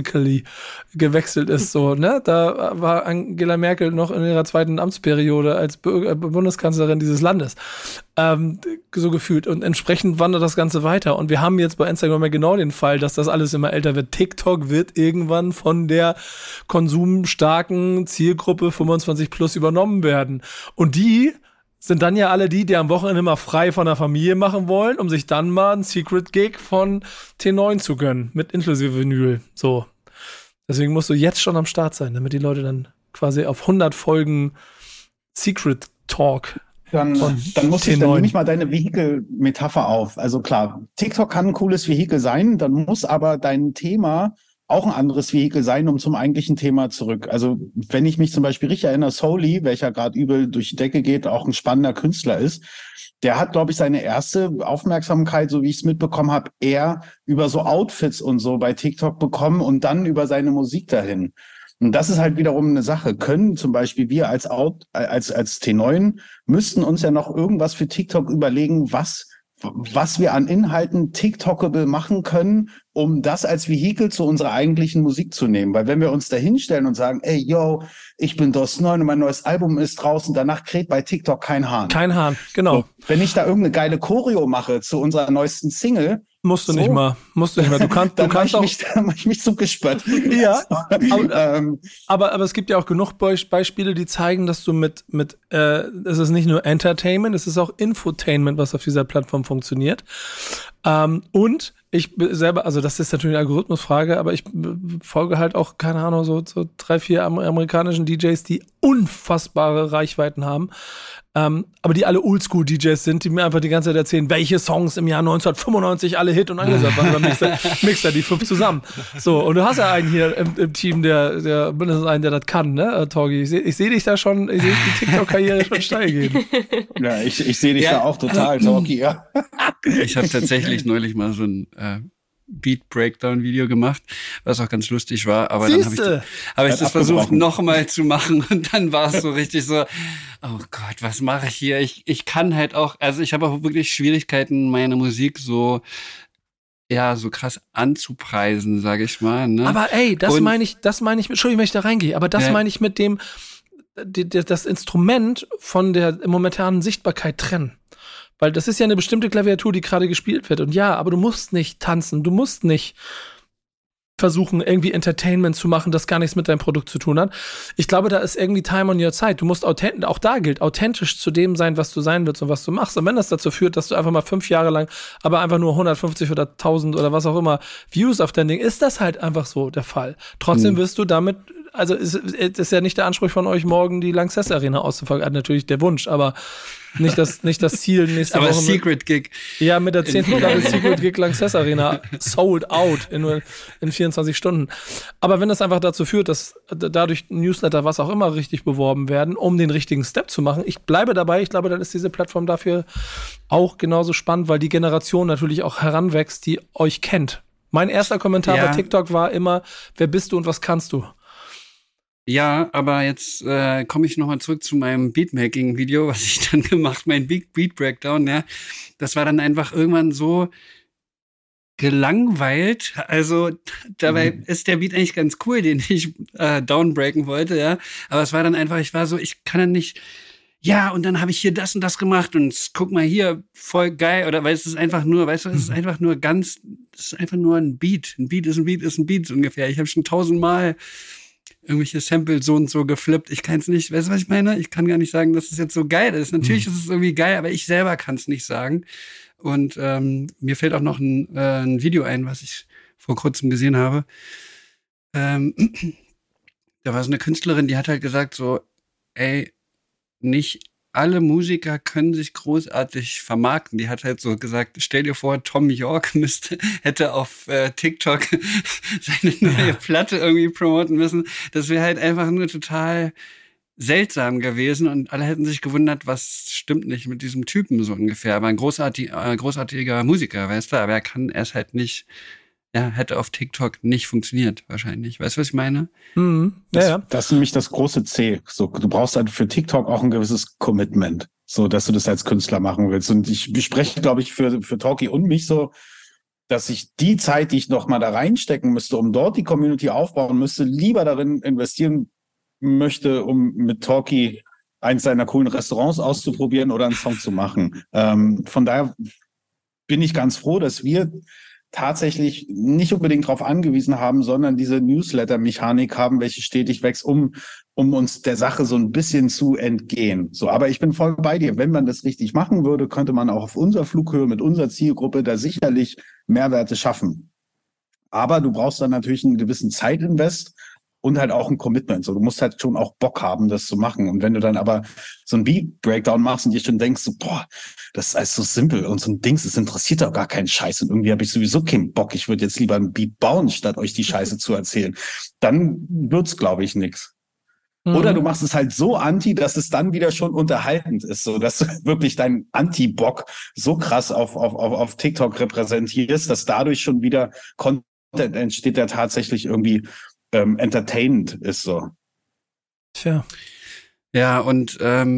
Speaker 3: so, ne? Da war Angela Merkel noch in ihrer zweiten Amtsperiode als Bundeskanzlerin dieses Landes. So gefühlt. Und entsprechend wandert das Ganze weiter. Und wir haben jetzt bei Instagram ja genau den Fall, dass das alles immer älter wird. TikTok wird irgendwann von der konsumstarken Zielgruppe 25 plus übernommen werden. Und die sind dann ja alle die am Wochenende mal frei von der Familie machen wollen, um sich dann mal einen Secret-Gig von T9 zu gönnen, mit inklusive Vinyl. So. Deswegen musst du jetzt schon am Start sein, damit die Leute dann quasi auf 100 Folgen Secret Talk
Speaker 6: Dann nehme ich mal deine Vehikel-Metapher auf. Also klar, TikTok kann ein cooles Vehikel sein, dann muss aber dein Thema auch ein anderes Vehikel sein, um zum eigentlichen Thema zurück. Also wenn ich mich zum Beispiel richtig erinnere, Soully, welcher gerade übel durch die Decke geht, auch ein spannender Künstler ist, der hat, glaube ich, seine erste Aufmerksamkeit, so wie ich es mitbekommen habe, eher über so Outfits und so bei TikTok bekommen und dann über seine Musik dahin. Und das ist halt wiederum eine Sache. Können zum Beispiel wir als T9 müssten uns ja noch irgendwas für TikTok überlegen, was wir an Inhalten TikTokable machen können, um das als Vehikel zu unserer eigentlichen Musik zu nehmen. Weil wenn wir uns da hinstellen und sagen, ey, yo, ich bin DOS9 und mein neues Album ist draußen, danach kräht bei TikTok kein Hahn.
Speaker 3: Kein Hahn, genau.
Speaker 6: So, wenn ich da irgendeine geile Choreo mache zu unserer neuesten Single,
Speaker 3: Musst du
Speaker 6: So.
Speaker 3: nicht mal. Du kannst auch.
Speaker 6: Dann mach ich mich zum Gespött.
Speaker 3: Ja,
Speaker 6: Ähm,
Speaker 3: aber es gibt ja auch genug Beispiele, die zeigen, dass du es ist nicht nur Entertainment, es ist auch Infotainment, was auf dieser Plattform funktioniert. Und ich selber, also das ist natürlich eine Algorithmusfrage, aber ich folge halt auch, keine Ahnung, so 3, 4 amerikanischen DJs, die unfassbare Reichweiten haben. Aber die alle Oldschool-DJs sind, die mir einfach die ganze Zeit erzählen, welche Songs im Jahr 1995 alle Hit und angesagt waren. Dann mixt er die 5 zusammen. So, und du hast ja einen hier im Team, der mindestens einen, der das kann, ne, Torgi? Ich seh dich da schon, ich sehe die TikTok-Karriere schon steil gehen.
Speaker 6: ja, ich sehe dich da auch total, Talkie, ja.
Speaker 5: Ich habe tatsächlich neulich mal so ein Beat-Breakdown-Video gemacht, was auch ganz lustig war. Aber dann habe ich das versucht, nochmal zu machen. Und dann war es so richtig so, oh Gott, was mache ich hier? Ich kann halt auch, also ich habe auch wirklich Schwierigkeiten, meine Musik so krass anzupreisen, sage ich mal. Ne?
Speaker 3: Aber ey, das meine ich, Entschuldigung, wenn ich da reingehe, aber das meine ich mit dem, das Instrument von der momentanen Sichtbarkeit trennen. Weil das ist ja eine bestimmte Klaviatur, die gerade gespielt wird. Und ja, aber du musst nicht tanzen, du musst nicht versuchen, irgendwie Entertainment zu machen, das gar nichts mit deinem Produkt zu tun hat. Ich glaube, da ist irgendwie Time on your side. Du musst auch da gilt, authentisch zu dem sein, was du sein willst und was du machst. Und wenn das dazu führt, dass du einfach mal 5 Jahre lang, aber einfach nur 150 oder 1000 oder was auch immer Views auf dein Ding, ist das halt einfach so der Fall. Trotzdem wirst du damit, also ist ja nicht der Anspruch von euch, morgen die Lanxess Arena auszufangen. Natürlich der Wunsch, aber nicht das Ziel nächste
Speaker 5: aber
Speaker 3: Woche.
Speaker 5: Secret Gig.
Speaker 3: Ja, mit der 10. Staffel Secret Gig Lanxess Arena sold out in 24 Stunden. Aber wenn das einfach dazu führt, dass dadurch Newsletter, was auch immer, richtig beworben werden, um den richtigen Step zu machen, ich bleibe dabei, ich glaube, dann ist diese Plattform dafür auch genauso spannend, weil die Generation natürlich auch heranwächst, die euch kennt. Mein erster Kommentar bei TikTok war immer, wer bist du und was kannst du?
Speaker 5: Ja, aber jetzt komme ich nochmal zurück zu meinem Beatmaking-Video, was ich dann gemacht, mein Beat Breakdown, ja. Das war dann einfach irgendwann so gelangweilt. Also dabei ist der Beat eigentlich ganz cool, den ich downbreaken wollte, ja. Aber es war dann einfach, ich kann dann nicht, ja, und dann habe ich hier das und das gemacht und guck mal hier, voll geil. Oder weil es ist einfach nur, weißt du, es ist einfach nur ein Beat. Ein Beat ist ein Beat ist ein Beat so ungefähr. Ich habe schon 1000-mal irgendwelche Samples so und so geflippt. Ich kann es nicht, weißt du, was ich meine? Ich kann gar nicht sagen, dass es jetzt so geil ist. Natürlich ist es irgendwie geil, aber ich selber kann es nicht sagen. Und mir fällt auch noch ein Video ein, was ich vor kurzem gesehen habe. Da war so eine Künstlerin, die hat halt gesagt so, ey, nicht alle Musiker können sich großartig vermarkten. Die hat halt so gesagt, stell dir vor, Tom York hätte auf TikTok seine neue Platte irgendwie promoten müssen. Das wäre halt einfach nur total seltsam gewesen und alle hätten sich gewundert, was stimmt nicht mit diesem Typen so ungefähr. Aber ein großartiger Musiker, weißt du, aber er ist halt nicht, hätte auf TikTok nicht funktioniert wahrscheinlich. Weißt du, was ich meine?
Speaker 3: Mhm. Ja.
Speaker 6: Das ist nämlich das große C. So, du brauchst halt für TikTok auch ein gewisses Commitment, so dass du das als Künstler machen willst. Und ich spreche, glaube ich, für Talkie und mich so, dass ich die Zeit, die ich noch mal da reinstecken müsste, um dort die Community aufbauen müsste, lieber darin investieren möchte, um mit Talkie eins seiner coolen Restaurants auszuprobieren oder einen Song zu machen. Von daher bin ich ganz froh, dass wir tatsächlich nicht unbedingt darauf angewiesen haben, sondern diese Newsletter-Mechanik haben, welche stetig wächst, um uns der Sache so ein bisschen zu entgehen. So, aber ich bin voll bei dir. Wenn man das richtig machen würde, könnte man auch auf unserer Flughöhe mit unserer Zielgruppe da sicherlich Mehrwerte schaffen. Aber du brauchst dann natürlich einen gewissen Zeitinvest und halt auch ein Commitment. So, du musst halt schon auch Bock haben, das zu machen. Und wenn du dann aber so ein Beat-Breakdown machst und dir schon denkst, so, boah, das ist alles so simpel und so ein Dings, das interessiert doch gar keinen Scheiß. Und irgendwie habe ich sowieso keinen Bock. Ich würde jetzt lieber ein Beat bauen, statt euch die Scheiße zu erzählen. Dann wird's, glaube ich, nix. Oder du machst es halt so anti, dass es dann wieder schon unterhaltend ist, so dass du wirklich deinen Anti-Bock so krass auf TikTok repräsentierst, dass dadurch schon wieder Content entsteht, der tatsächlich irgendwie entertainend ist so.
Speaker 3: Tja.
Speaker 5: Ja, und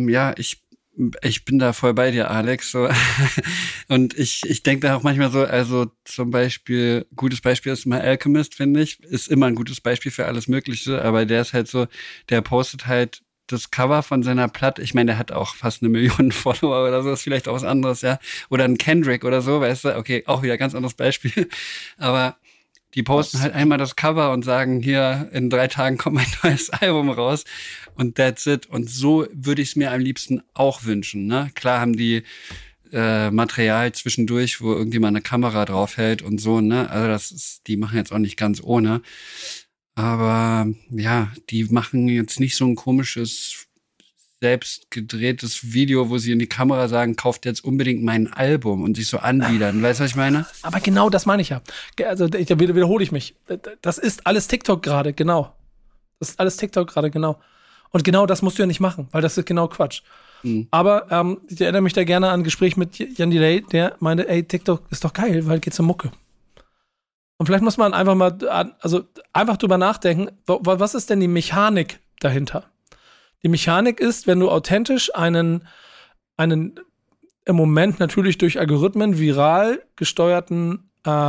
Speaker 5: ich bin da voll bei dir, Alex. So. Und ich denke da auch manchmal so, also zum Beispiel, gutes Beispiel ist mal Alchemist, finde ich. Ist immer ein gutes Beispiel für alles Mögliche, aber der ist halt so, der postet halt das Cover von seiner Platte, ich meine, der hat auch fast 1 Million Follower oder so, ist vielleicht auch was anderes, ja. Oder ein Kendrick oder so, weißt du, okay, auch wieder ganz anderes Beispiel. Aber die posten halt einmal das Cover und sagen, hier, in 3 Tagen kommt mein neues Album raus und that's it. Und so würde ich es mir am liebsten auch wünschen, ne? Klar haben die Material zwischendurch, wo irgendjemand eine Kamera draufhält und so, ne? Also die machen jetzt auch nicht ganz ohne. Aber ja, die machen jetzt nicht so ein komisches, selbst gedrehtes Video, wo sie in die Kamera sagen, kauft jetzt unbedingt mein Album und sich so anbiedern. Weißt du, was ich meine?
Speaker 3: Aber genau das meine ich ja. Also wiederhole ich mich. Das ist alles TikTok gerade, genau. Das ist alles TikTok gerade, genau. Und genau das musst du ja nicht machen, weil das ist genau Quatsch. Aber ich erinnere mich da gerne an ein Gespräch mit Jan Delay, der meinte, ey, TikTok ist doch geil, weil geht's um Mucke. Und vielleicht muss man einfach mal, einfach drüber nachdenken, was ist denn die Mechanik dahinter? Die Mechanik ist, wenn du authentisch einen im Moment natürlich durch Algorithmen viral gesteuerten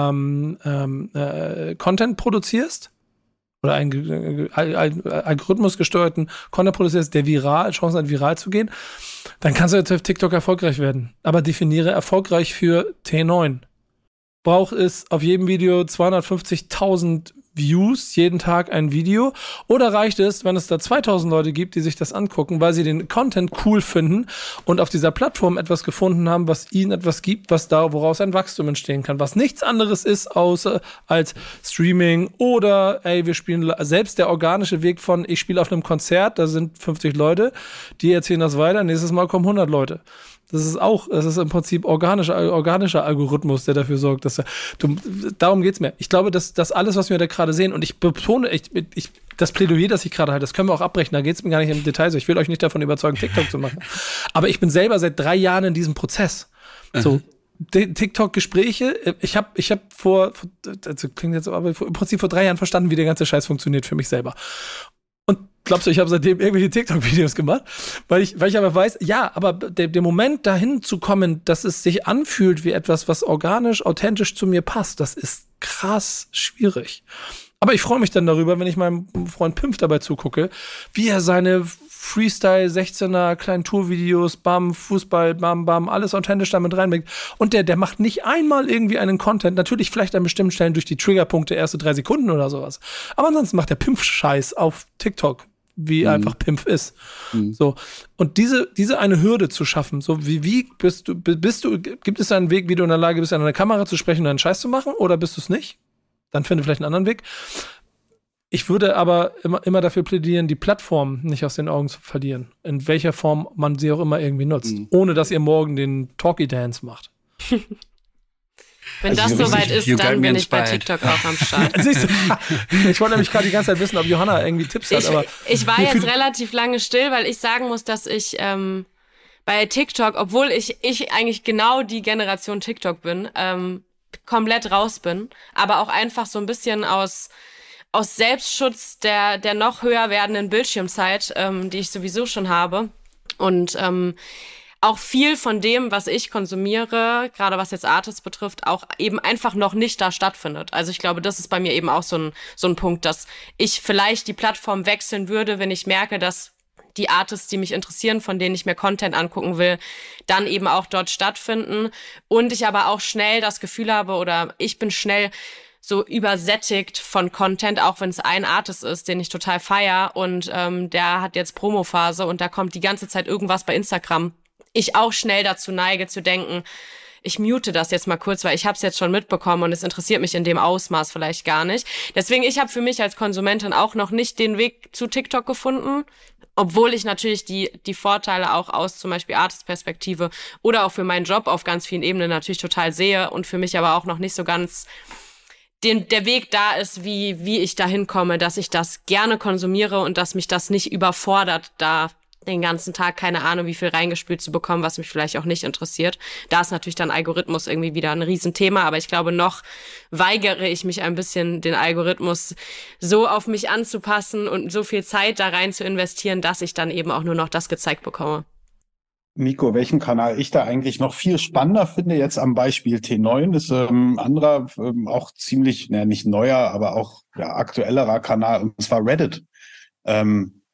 Speaker 3: Content produzierst, oder einen Algorithmus gesteuerten Content produzierst, der Chancen hat, viral zu gehen, dann kannst du jetzt auf TikTok erfolgreich werden. Aber definiere erfolgreich für T9. Braucht es auf jedem Video 250.000 Views, jeden Tag ein Video? Oder reicht es, wenn es da 2.000 Leute gibt, die sich das angucken, weil sie den Content cool finden und auf dieser Plattform etwas gefunden haben, was ihnen etwas gibt, woraus ein Wachstum entstehen kann, was nichts anderes ist außer als Streaming oder, wir spielen, selbst der organische Weg von, ich spiele auf einem Konzert, da sind 50 Leute, die erzählen das weiter, nächstes Mal kommen 100 Leute. Das ist im Prinzip organischer Algorithmus, der dafür sorgt, dass darum geht's mir. Ich glaube, dass das alles, was wir da gerade sehen, und ich betone, das Plädoyer, das ich gerade halte, das können wir auch abbrechen, da geht's mir gar nicht im Detail so. Ich will euch nicht davon überzeugen, TikTok zu machen. Aber ich bin selber seit 3 Jahren in diesem Prozess. So, TikTok-Gespräche, ich hab also klingt jetzt aber im Prinzip vor 3 Jahren verstanden, wie der ganze Scheiß funktioniert für mich selber. Und glaubst du, ich habe seitdem irgendwelche TikTok-Videos gemacht? Weil ich aber weiß, ja, aber der Moment dahin zu kommen, dass es sich anfühlt wie etwas, was organisch, authentisch zu mir passt, das ist krass schwierig. Aber ich freue mich dann darüber, wenn ich meinem Freund Pimpf dabei zugucke, wie er seine Freestyle 16er kleinen Tourvideos, bam, Fußball, bam, bam, alles authentisch damit reinbringt. Und der macht nicht einmal irgendwie einen Content, natürlich vielleicht an bestimmten Stellen durch die Triggerpunkte erste 3 Sekunden oder sowas. Aber ansonsten macht der Pimpf-Scheiß auf TikTok, wie einfach Pimpf ist. So. Und diese eine Hürde zu schaffen, so wie gibt es einen Weg, wie du in der Lage bist, an einer Kamera zu sprechen und einen Scheiß zu machen, oder bist du es nicht? Dann finde vielleicht einen anderen Weg. Ich würde aber immer dafür plädieren, die Plattform nicht aus den Augen zu verlieren. In welcher Form man sie auch immer irgendwie nutzt. Ohne dass ihr morgen den Talkie Dance macht.
Speaker 4: Wenn das soweit ist, dann bin ich bei TikTok auch am Start.
Speaker 3: Ich wollte nämlich gerade die ganze Zeit wissen, ob Johanna irgendwie Tipps hat. Aber
Speaker 4: ich war jetzt relativ lange still, weil ich sagen muss, dass ich bei TikTok, obwohl ich eigentlich genau die Generation TikTok bin, komplett raus bin. Aber auch einfach so ein bisschen aus Selbstschutz der noch höher werdenden Bildschirmzeit, die ich sowieso schon habe. Und auch viel von dem, was ich konsumiere, gerade was jetzt Artists betrifft, auch eben einfach noch nicht da stattfindet. Also ich glaube, das ist bei mir eben auch so ein Punkt, dass ich vielleicht die Plattform wechseln würde, wenn ich merke, dass die Artists, die mich interessieren, von denen ich mir Content angucken will, dann eben auch dort stattfinden. Und ich aber auch schnell das Gefühl habe, oder ich bin schnell so übersättigt von Content, auch wenn es ein Artist ist, den ich total feier und der hat jetzt Promophase und da kommt die ganze Zeit irgendwas bei Instagram. Ich auch schnell dazu neige zu denken, ich mute das jetzt mal kurz, weil ich habe es jetzt schon mitbekommen und es interessiert mich in dem Ausmaß vielleicht gar nicht. Deswegen, ich habe für mich als Konsumentin auch noch nicht den Weg zu TikTok gefunden, obwohl ich natürlich die Vorteile auch aus zum Beispiel Artist-Perspektive oder auch für meinen Job auf ganz vielen Ebenen natürlich total sehe und für mich aber auch noch nicht so ganz der Weg da ist, wie ich da hinkomme, dass ich das gerne konsumiere und dass mich das nicht überfordert, da den ganzen Tag keine Ahnung, wie viel reingespült zu bekommen, was mich vielleicht auch nicht interessiert. Da ist natürlich dann Algorithmus irgendwie wieder ein Riesenthema, aber ich glaube, noch weigere ich mich ein bisschen, den Algorithmus so auf mich anzupassen und so viel Zeit da rein zu investieren, dass ich dann eben auch nur noch das gezeigt bekomme.
Speaker 6: Nico, welchen Kanal ich da eigentlich noch viel spannender finde, jetzt am Beispiel T9, ist anderer, auch ziemlich, nicht neuer, aber auch aktuellerer Kanal, und zwar Reddit.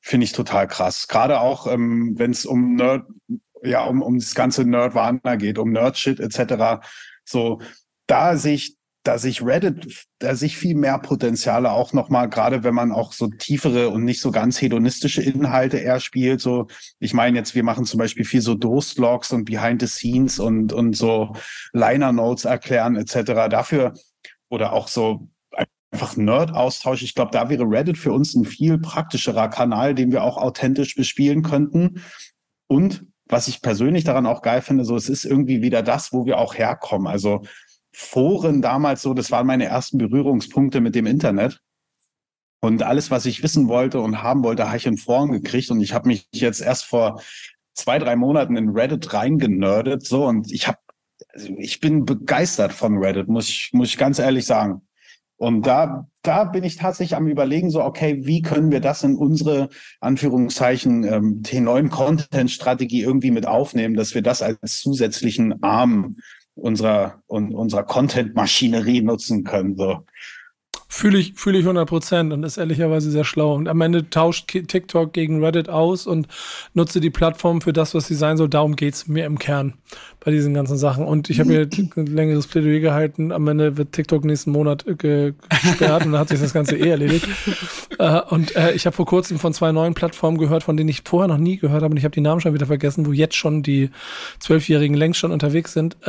Speaker 6: finde ich total krass. Gerade auch, wenn es um um das ganze Nerdwana geht, um Nerdshit etc. So, da sehe ich Reddit, da sehe ich viel mehr Potenziale auch nochmal, gerade wenn man auch so tiefere und nicht so ganz hedonistische Inhalte eher spielt. So, ich meine jetzt, wir machen zum Beispiel viel so Durstlogs und Behind the Scenes und so Liner Notes erklären etc. Dafür oder auch so einfach Nerd-Austausch. Ich glaube, da wäre Reddit für uns ein viel praktischerer Kanal, den wir auch authentisch bespielen könnten. Und was ich persönlich daran auch geil finde, so es ist irgendwie wieder das, wo wir auch herkommen. Also Foren damals so, das waren meine ersten Berührungspunkte mit dem Internet. Und alles, was ich wissen wollte und haben wollte, habe ich in Foren gekriegt. Und ich habe mich jetzt erst vor 2-3 Monaten in Reddit reingenerdet. So, und ich bin begeistert von Reddit, muss ich ganz ehrlich sagen. Und da bin ich tatsächlich am Überlegen, so, okay, wie können wir das in unsere, Anführungszeichen, T9-Content-Strategie irgendwie mit aufnehmen, dass wir das als zusätzlichen Arm unserer Content-Maschinerie nutzen können, so.
Speaker 3: Fühle ich 100% und ist ehrlicherweise sehr schlau. Und am Ende tauscht TikTok gegen Reddit aus und nutze die Plattform für das, was sie sein soll. Darum geht's mir im Kern bei diesen ganzen Sachen. Und ich habe mir ein längeres Plädoyer gehalten. Am Ende wird TikTok nächsten Monat gesperrt und dann hat sich das Ganze erledigt. Ich habe vor kurzem von 2 neuen Plattformen gehört, von denen ich vorher noch nie gehört habe und ich habe die Namen schon wieder vergessen, wo jetzt schon die 12-Jährigen längst schon unterwegs sind.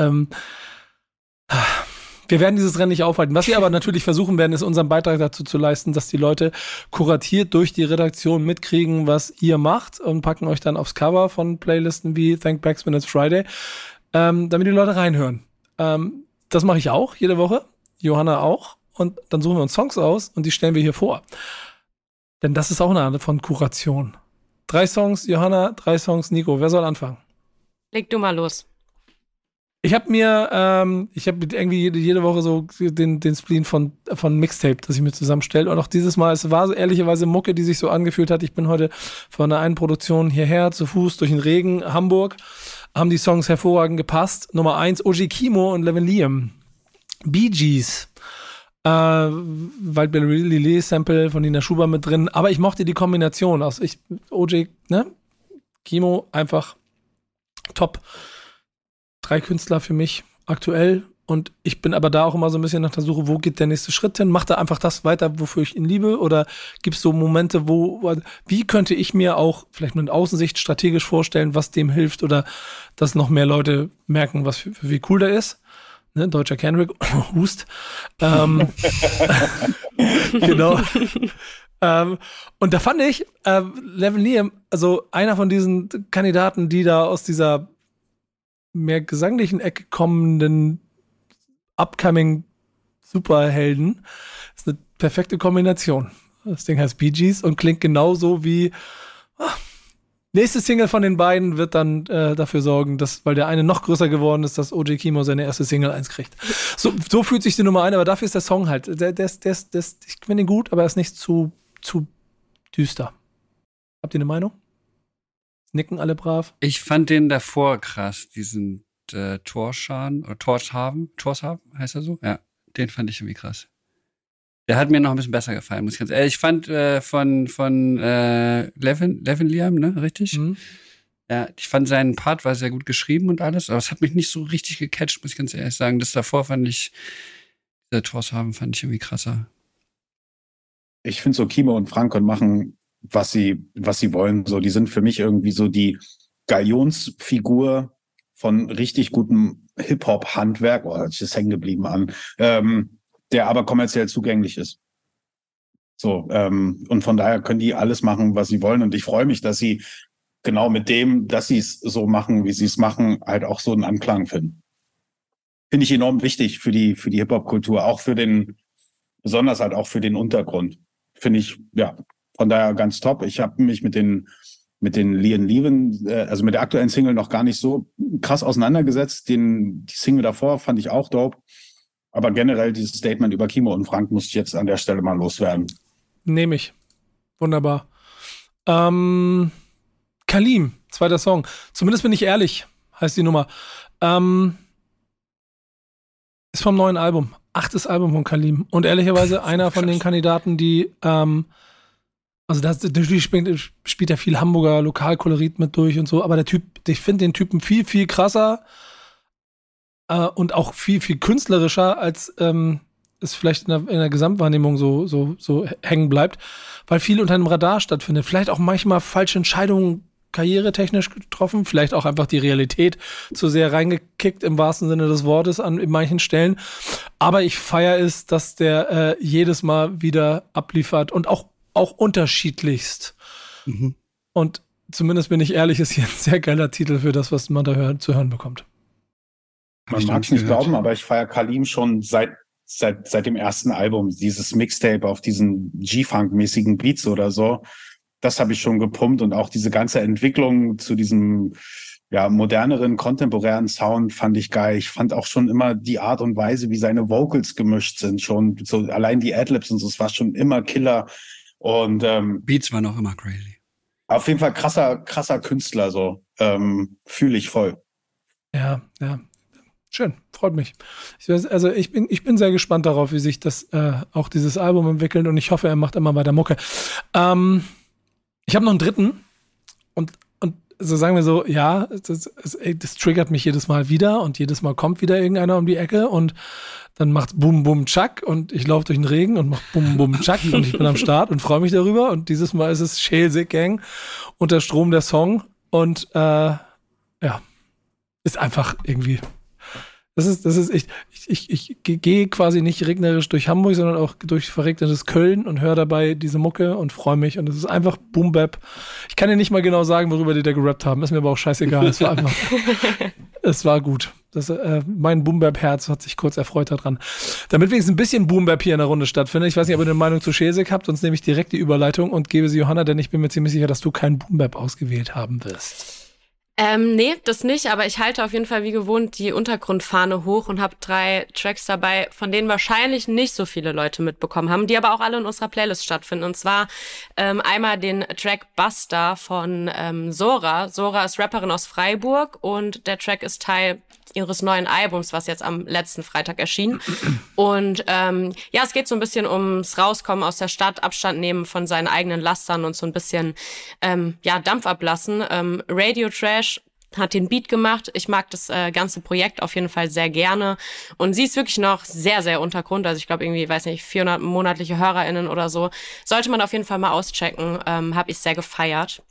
Speaker 3: Wir werden dieses Rennen nicht aufhalten. Was wir aber natürlich versuchen werden, ist unseren Beitrag dazu zu leisten, dass die Leute kuratiert durch die Redaktion mitkriegen, was ihr macht und packen euch dann aufs Cover von Playlisten wie Thank Backsman It's Friday, damit die Leute reinhören. Das mache ich auch jede Woche, Johanna auch, und dann suchen wir uns Songs aus und die stellen wir hier vor. Denn das ist auch eine Art von Kuration. 3 Songs, Johanna, 3 Songs, Nico. Wer soll anfangen?
Speaker 4: Leg du mal los.
Speaker 3: Ich habe irgendwie jede Woche so den Spleen von Mixtape, das ich mir zusammenstelle. Und auch dieses Mal, es war so ehrlicherweise Mucke, die sich so angefühlt hat. Ich bin heute von einer Produktion hierher zu Fuß durch den Regen, Hamburg, haben die Songs hervorragend gepasst. Nummer 1, OG Kimo und Levin Liam. Bee Gees. Wildberry Lillet Sample von Nina Schuber mit drin. Aber ich mochte die Kombination aus OG, Kimo, einfach top. 3 Künstler für mich aktuell und ich bin aber da auch immer so ein bisschen nach der Suche, wo geht der nächste Schritt hin? Macht er einfach das weiter, wofür ich ihn liebe? Oder gibt es so Momente, wie könnte ich mir auch vielleicht mit Außensicht strategisch vorstellen, was dem hilft oder dass noch mehr Leute merken, wie cool der ist? Ne, deutscher Kendrick, Hust. Genau. Und da fand ich Levin Liam, also einer von diesen Kandidaten, die da aus dieser mehr gesanglichen Ecke kommenden upcoming Superhelden, ist eine perfekte Kombination. Das Ding heißt Bee Gees und klingt genauso wie nächste Single von den beiden wird dann dafür sorgen, dass, weil der eine noch größer geworden ist, dass OG Kimo seine erste Single 1 kriegt. So fühlt sich die Nummer ein, aber dafür ist der Song halt, ich finde ihn gut, aber er ist nicht zu düster. Habt ihr eine Meinung? Nicken alle brav.
Speaker 5: Ich fand den davor krass, diesen Torshaven heißt er so? Ja, den fand ich irgendwie krass. Der hat mir noch ein bisschen besser gefallen, muss ich ganz ehrlich. Ich fand von Levin Liam, ne, richtig? Mhm. Ja, ich fand seinen Part war sehr gut geschrieben und alles, aber es hat mich nicht so richtig gecatcht, muss ich ganz ehrlich sagen. Das davor dieser Torshaven fand ich irgendwie krasser.
Speaker 6: Ich finde so Kimo und Frank machen was sie wollen. So, die sind für mich irgendwie so die Galionsfigur von richtig gutem Hip-Hop-Handwerk, das ist hängen geblieben an, der aber kommerziell zugänglich ist. So, und von daher können die alles machen, was sie wollen. Und ich freue mich, dass sie genau mit dem, dass sie es so machen, wie sie es machen, halt auch so einen Anklang finden. Finde ich enorm wichtig für die Hip-Hop-Kultur, besonders halt auch für den Untergrund. Finde ich, ja, von daher ganz top. Ich habe mich mit den Lian Leven, also mit der aktuellen Single noch gar nicht so krass auseinandergesetzt. Die Single davor fand ich auch dope. Aber generell dieses Statement über Kimo und Frank muss ich jetzt an der Stelle mal loswerden. Nehme ich.
Speaker 3: Wunderbar. Kalim, 2. Song. Zumindest bin ich ehrlich, heißt die Nummer. Ist vom neuen Album. 8. Album von Kalim. Und ehrlicherweise einer von den Kandidaten, die Also natürlich spielt ja viel Hamburger Lokalkolorit mit durch und so, aber der Typ, ich finde den Typen viel, viel krasser und auch viel, viel künstlerischer, als es vielleicht in der Gesamtwahrnehmung so hängen bleibt, weil viel unter dem Radar stattfindet. Vielleicht auch manchmal falsche Entscheidungen karrieretechnisch getroffen, vielleicht auch einfach die Realität zu sehr reingekickt im wahrsten Sinne des Wortes in manchen Stellen. Aber ich feiere es, dass der jedes Mal wieder abliefert und auch unterschiedlichst. Mhm. Und zumindest bin ich ehrlich, ist hier ein sehr geiler Titel für das, was man da zu hören bekommt.
Speaker 6: Man mag es nicht glauben, aber ich feiere Kalim schon seit dem ersten Album. Dieses Mixtape auf diesen G-Funk-mäßigen Beats oder so. Das habe ich schon gepumpt und auch diese ganze Entwicklung zu diesem moderneren, kontemporären Sound fand ich geil. Ich fand auch schon immer die Art und Weise, wie seine Vocals gemischt sind, schon so allein die Adlibs und so, es war schon immer Killer. Und
Speaker 5: Beats waren auch immer crazy.
Speaker 6: Auf jeden Fall krasser Künstler, so fühle ich voll.
Speaker 3: Ja. Schön, freut mich. Ich bin sehr gespannt darauf, wie sich das auch dieses Album entwickelt und ich hoffe, er macht immer weiter Mucke. Ich habe noch einen dritten und so sagen wir so, ja, das triggert mich jedes Mal wieder und jedes Mal kommt wieder irgendeiner um die Ecke und dann macht's Bum Bum Chuck und ich laufe durch den Regen und mach Bum Bum Chuck und ich bin am Start und freue mich darüber und dieses Mal ist es Schelsig Gang unter Strom der Song und ist einfach irgendwie. Das ist echt, ich gehe quasi nicht regnerisch durch Hamburg, sondern auch durch verregnetes Köln und höre dabei diese Mucke und freue mich. Und es ist einfach Boom Bap. Ich kann dir nicht mal genau sagen, worüber die da gerappt haben. Ist mir aber auch scheißegal. Es war einfach, es war gut. Mein Boom Bap Herz hat sich kurz erfreut daran. Damit wenigstens ein bisschen Boom Bap hier in der Runde stattfindet. Ich weiß nicht, ob ihr eine Meinung zu Schelsig habt, sonst nehme ich direkt die Überleitung und gebe sie Johanna, denn ich bin mir ziemlich sicher, dass du keinen Boom Bap ausgewählt haben wirst.
Speaker 4: Nee, das nicht, aber ich halte auf jeden Fall wie gewohnt die Untergrundfahne hoch und habe 3 Tracks dabei, von denen wahrscheinlich nicht so viele Leute mitbekommen haben, die aber auch alle in unserer Playlist stattfinden. Und zwar einmal den Track Buster von Sora. Sora ist Rapperin aus Freiburg und der Track ist Teil ihres neuen Albums, was jetzt am letzten Freitag erschien. Und es geht so ein bisschen ums Rauskommen aus der Stadt, Abstand nehmen von seinen eigenen Lastern und so ein bisschen Dampf ablassen. Radio Trash hat den Beat gemacht. Ich mag das ganze Projekt auf jeden Fall sehr gerne. Und sie ist wirklich noch sehr, sehr Untergrund. Also ich glaube irgendwie, 400 monatliche HörerInnen oder so. Sollte man auf jeden Fall mal auschecken. Habe ich sehr gefeiert.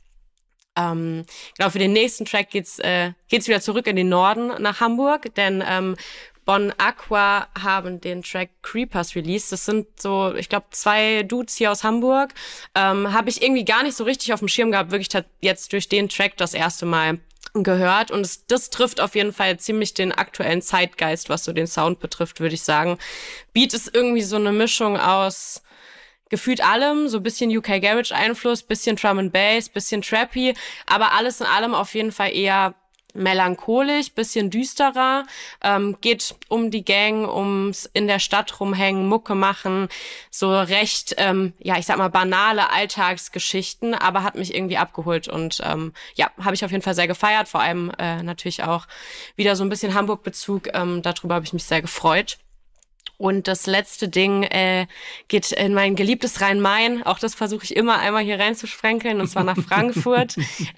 Speaker 4: Genau, für den nächsten Track geht's wieder zurück in den Norden nach Hamburg, denn Bon Aqua haben den Track Creepers released. Das sind so, ich glaube, 2 Dudes hier aus Hamburg. Habe ich irgendwie gar nicht so richtig auf dem Schirm gehabt, wirklich jetzt durch den Track das erste Mal gehört. Und das trifft auf jeden Fall ziemlich den aktuellen Zeitgeist, was so den Sound betrifft, würde ich sagen. Beat ist irgendwie so eine Mischung aus gefühlt allem, so ein bisschen UK Garage Einfluss, bisschen Drum and Bass, bisschen Trappy, aber alles in allem auf jeden Fall eher melancholisch, bisschen düsterer, geht um die Gang, ums in der Stadt rumhängen, Mucke machen, so recht, ich sag mal banale Alltagsgeschichten, aber hat mich irgendwie abgeholt und habe ich auf jeden Fall sehr gefeiert, vor allem natürlich auch wieder so ein bisschen Hamburg-Bezug, darüber habe ich mich sehr gefreut. Und das letzte Ding geht in mein geliebtes Rhein-Main. Auch das versuche ich immer einmal hier reinzusprenkeln, und zwar nach Frankfurt.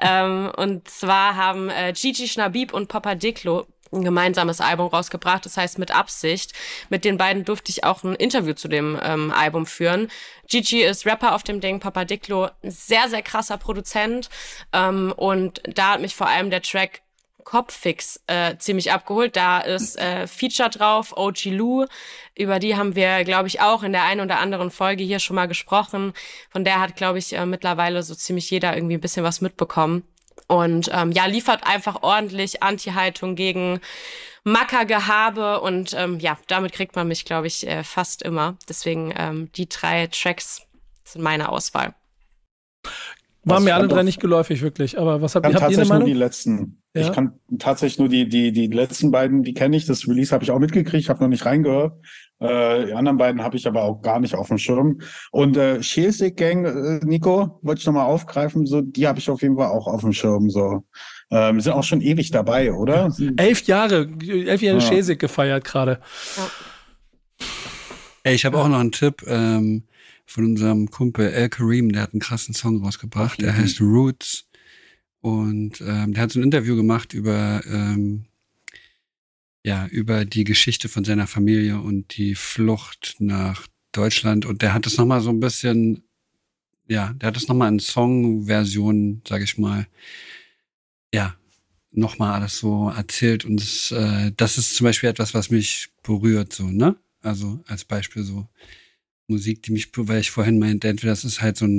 Speaker 4: Und zwar haben Gigi Schnabib und Papa Diklo ein gemeinsames Album rausgebracht, das heißt Mit Absicht. Mit den beiden durfte ich auch ein Interview zu dem Album führen. Gigi ist Rapper auf dem Ding, Papa Diklo ein sehr, sehr krasser Produzent. Und da hat mich vor allem der Track Kopffix ziemlich abgeholt. Da ist Feature drauf, OG Lou. Über die haben wir, glaube ich, auch in der einen oder anderen Folge hier schon mal gesprochen. Von der hat, glaube ich, mittlerweile so ziemlich jeder irgendwie ein bisschen was mitbekommen. Und liefert einfach ordentlich Anti-Haltung gegen Mackergehabe. Und damit kriegt man mich, glaube ich, fast immer. Deswegen die 3 Tracks sind meine Auswahl.
Speaker 3: Waren mir alle 3 nicht geläufig, wirklich. Aber was habt ihr eine Meinung?
Speaker 6: Nur die letzten.
Speaker 3: Ja.
Speaker 6: Ich kann tatsächlich nur die letzten beiden, die kenne ich. Das Release habe ich auch mitgekriegt, habe noch nicht reingehört. Die anderen beiden habe ich aber auch gar nicht auf dem Schirm. Und Schelsig Gang, Nico, wollte ich nochmal aufgreifen, so die habe ich auf jeden Fall auch auf dem Schirm. So, wir sind auch schon ewig dabei, oder?
Speaker 3: 11 Jahre Schelsig gefeiert gerade.
Speaker 5: Ey, ich habe auch noch einen Tipp von unserem Kumpel El Kareem, der hat einen krassen Song rausgebracht. Der heißt Roots. Und der hat so ein Interview gemacht über die Geschichte von seiner Familie und die Flucht nach Deutschland. Und der hat das nochmal so ein bisschen, der hat das nochmal in Songversion, sag ich mal, nochmal alles so erzählt. Und das ist zum Beispiel etwas, was mich berührt, so, ne? Also als Beispiel so Musik, die mich, weil ich vorhin meinte, entweder das ist halt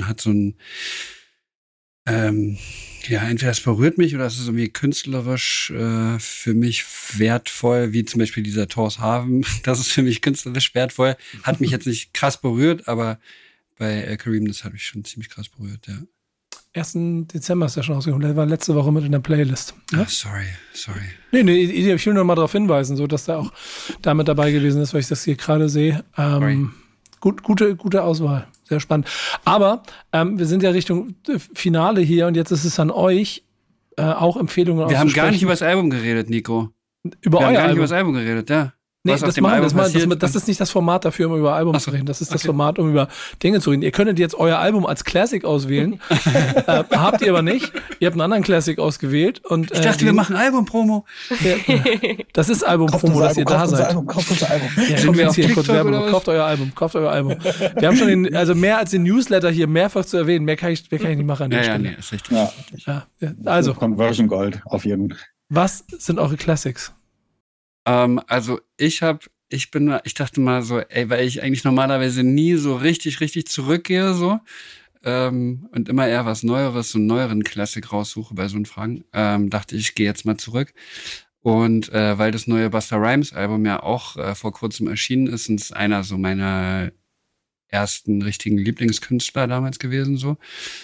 Speaker 5: entweder es berührt mich oder es ist irgendwie künstlerisch für mich wertvoll, wie zum Beispiel dieser Thors Haven. Das ist für mich künstlerisch wertvoll. Hat mich jetzt nicht krass berührt, aber bei El Kareem, das hat mich schon ziemlich krass berührt, ja.
Speaker 3: 1. Dezember ist ja schon rausgekommen. Der war letzte Woche mit in der Playlist. Ne?
Speaker 5: Sorry.
Speaker 3: Nee, ich will nur mal darauf hinweisen, so dass der auch damit dabei gewesen ist, weil ich das hier gerade sehe. Gute Auswahl. Sehr spannend. Aber wir sind ja Richtung Finale hier und jetzt ist es an euch, auch Empfehlungen
Speaker 5: Wir haben gar nicht über das Album geredet, Nico.
Speaker 3: Über
Speaker 5: wir
Speaker 3: euer
Speaker 5: haben gar nicht
Speaker 3: Album.
Speaker 5: über das Album geredet, ja.
Speaker 3: Nee, das ist nicht das Format dafür, um über Album zu reden. Das ist das Format, um über Dinge zu reden. Ihr könntet jetzt euer Album als Classic auswählen. Habt ihr aber nicht. Ihr habt einen anderen Classic ausgewählt. Und,
Speaker 5: ich dachte, wir machen Album-Promo.
Speaker 3: Das ist Album-Promo, dass ihr da seid.
Speaker 6: Kauft unser Album.
Speaker 3: Ja,
Speaker 5: Sind wir auf TikTok oder was?
Speaker 3: Kauft euer Album. Wir haben schon mehr als den Newsletter hier mehrfach zu erwähnen. Mehr kann ich nicht machen an der Stelle.
Speaker 5: Nee, ist richtig.
Speaker 3: Ja, also.
Speaker 6: Conversion Gold, auf jeden Fall.
Speaker 3: Was sind eure Classics?
Speaker 5: Also ich dachte mal so, weil ich eigentlich normalerweise nie so richtig zurückgehe so und immer eher was Neueres, so einen neueren Klassik raussuche bei so einen Fragen, dachte ich gehe jetzt mal zurück. Und weil das neue Busta Rhymes Album ja auch vor kurzem erschienen ist, und es ist einer so meiner ersten richtigen Lieblingskünstler damals gewesen, so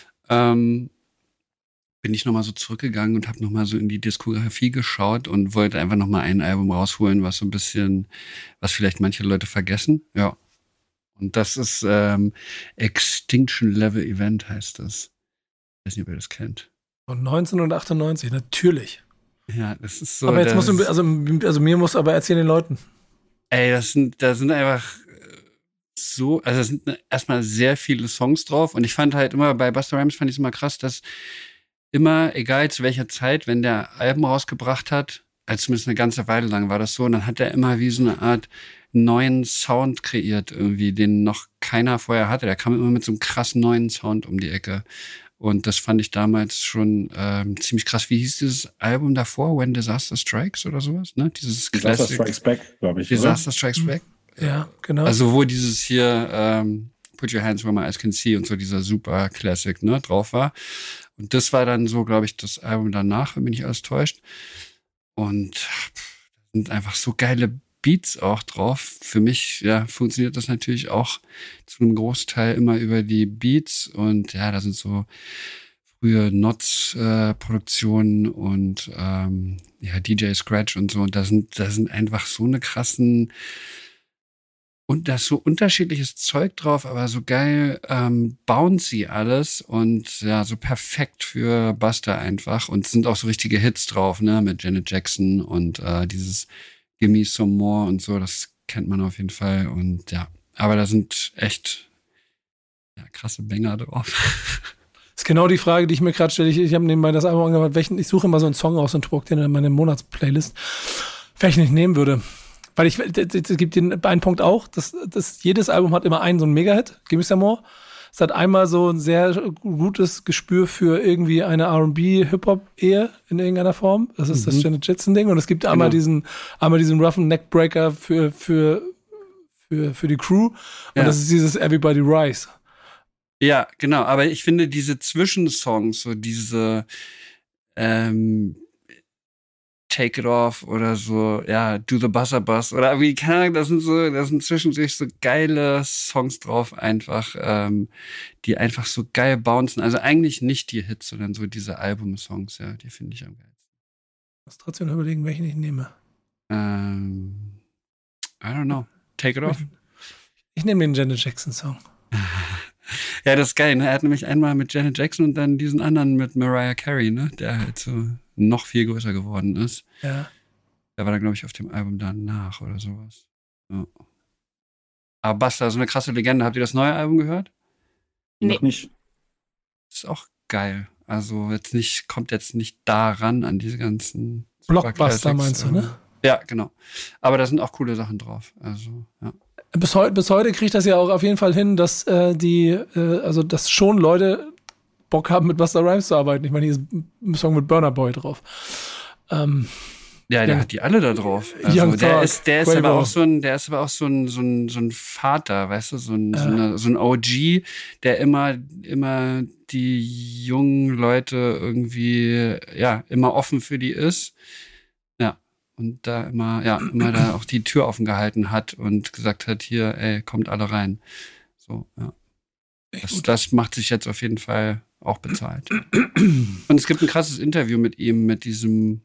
Speaker 5: bin ich nochmal so zurückgegangen und habe nochmal so in die Diskografie geschaut und wollte einfach nochmal ein Album rausholen, was so ein bisschen, was vielleicht manche Leute vergessen. Ja. Und das ist Extinction Level Event heißt das. Ich weiß nicht, ob ihr das kennt.
Speaker 3: Von 1998, natürlich.
Speaker 5: Ja, das ist so.
Speaker 3: Aber jetzt musst du, also mir musst du aber erzählen den Leuten.
Speaker 5: Ey, da sind einfach so, also es sind erstmal sehr viele Songs drauf und ich fand halt immer, bei Busta Rhymes fand ich es immer krass, dass immer, egal zu welcher Zeit, wenn der Alben rausgebracht hat, also zumindest eine ganze Weile lang war das so, und dann hat er immer wie so eine Art neuen Sound kreiert irgendwie, den noch keiner vorher hatte. Der kam immer mit so einem krassen neuen Sound um die Ecke. Und das fand ich damals schon ziemlich krass. Wie hieß dieses Album davor? When Disaster Strikes oder sowas? Ne? Dieses
Speaker 6: Disaster
Speaker 5: Classic.
Speaker 6: Strikes Back, glaube ich.
Speaker 5: Disaster Strikes Back?
Speaker 3: Ja, genau.
Speaker 5: Also wo dieses hier Put Your Hands Where My Eyes Can See und so dieser super Classic drauf war. Und das war dann so, glaube ich, das Album danach, wenn mich nicht alles täuscht. Und da sind einfach so geile Beats auch drauf. Für mich, funktioniert das natürlich auch zu einem Großteil immer über die Beats. Und ja, da sind so frühe Nots-Produktionen und DJ Scratch und so. Und da sind einfach so eine krassen und da ist so unterschiedliches Zeug drauf, aber so geil bouncy alles und ja, so perfekt für Busta einfach. Und es sind auch so richtige Hits drauf, ne, mit Janet Jackson und dieses Gimme Some More und so, das kennt man auf jeden Fall. Und ja, aber da sind echt krasse Banger drauf.
Speaker 3: Das ist genau die Frage, die ich mir gerade stelle. Ich habe nebenbei das Album angehört, ich suche immer so einen Song aus und druck den in meine Monatsplaylist, welchen ich nehmen würde. Weil es gibt den einen Punkt auch, dass jedes Album hat immer einen so einen Mega-Hit, Gimme Some More. Es hat einmal so ein sehr gutes Gespür für irgendwie eine R&B-Hip-Hop-Ehe in irgendeiner Form. Das ist das Janet Jackson-Ding. Und es gibt einmal diesen roughen Neckbreaker für die Crew. Und das ist dieses Everybody Rise.
Speaker 5: Ja, genau. Aber ich finde diese Zwischensongs, so diese Take It Off oder so, Do the Buzzer Buzz oder wie, keine Ahnung, da sind zwischendurch so geile Songs drauf einfach, die einfach so geil bouncen. Also eigentlich nicht die Hits, sondern so diese Album-Songs, die finde ich am geilsten.
Speaker 3: Ich muss trotzdem überlegen, welchen ich nehme.
Speaker 5: I don't know. Take It Off?
Speaker 3: Ich nehme den Janet Jackson-Song.
Speaker 5: Ja, das ist geil, ne? Er hat nämlich einmal mit Janet Jackson und dann diesen anderen mit Mariah Carey, ne? Der halt so noch viel größer geworden ist. Ja. Der war dann, glaube ich, auf dem Album danach oder sowas. Ja. Aber Busta, so eine krasse Legende. Habt ihr das neue Album gehört?
Speaker 4: Nee.
Speaker 6: Noch nicht.
Speaker 5: Ist auch geil. Also kommt jetzt nicht daran an diese ganzen
Speaker 3: Blockbuster
Speaker 5: Classics,
Speaker 3: meinst du, ne?
Speaker 5: Ja, genau. Aber da sind auch coole Sachen drauf. Also, ja.
Speaker 3: Bis heute kriegt das ja auch auf jeden Fall hin, dass dass schon Leute Bock haben, mit Busta Rhymes zu arbeiten. Ich meine, hier ist ein Song mit Burna Boy drauf.
Speaker 5: Ja, der hat die alle da drauf. Also,
Speaker 3: Young
Speaker 5: der
Speaker 3: Thug,
Speaker 5: ist aber auch so ein Vater, weißt du, so ein OG, der immer die jungen Leute irgendwie, ja, immer offen für die ist. Ja. Und da immer da auch die Tür offen gehalten hat und gesagt hat, hier, ey, kommt alle rein. So, ja. Das macht sich jetzt auf jeden Fall auch bezahlt. Und es gibt ein krasses Interview mit ihm, mit diesem,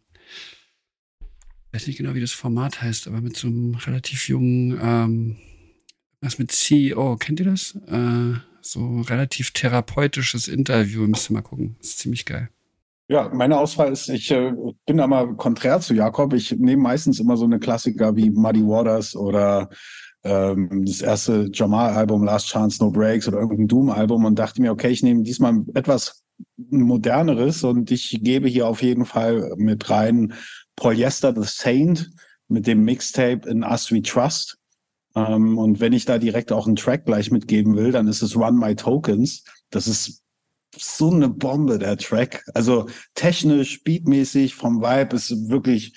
Speaker 5: ich weiß nicht genau, wie das Format heißt, aber mit so einem relativ jungen, was mit CEO, kennt ihr das? So relativ therapeutisches Interview, müsst ihr mal gucken. Das ist ziemlich geil.
Speaker 6: Ja, meine Auswahl ist, ich bin da mal konträr zu Jakob. Ich nehme meistens immer so eine Klassiker wie Muddy Waters oder das erste Jamal-Album Last Chance No Breaks oder irgendein Doom-Album und dachte mir, okay, ich nehme diesmal etwas moderneres und ich gebe hier auf jeden Fall mit rein Polyester the Saint mit dem Mixtape In Us We Trust. Und wenn ich da direkt auch einen Track gleich mitgeben will, dann ist es Run My Tokens. Das ist so eine Bombe, der Track. Also technisch, beatmäßig, vom Vibe ist wirklich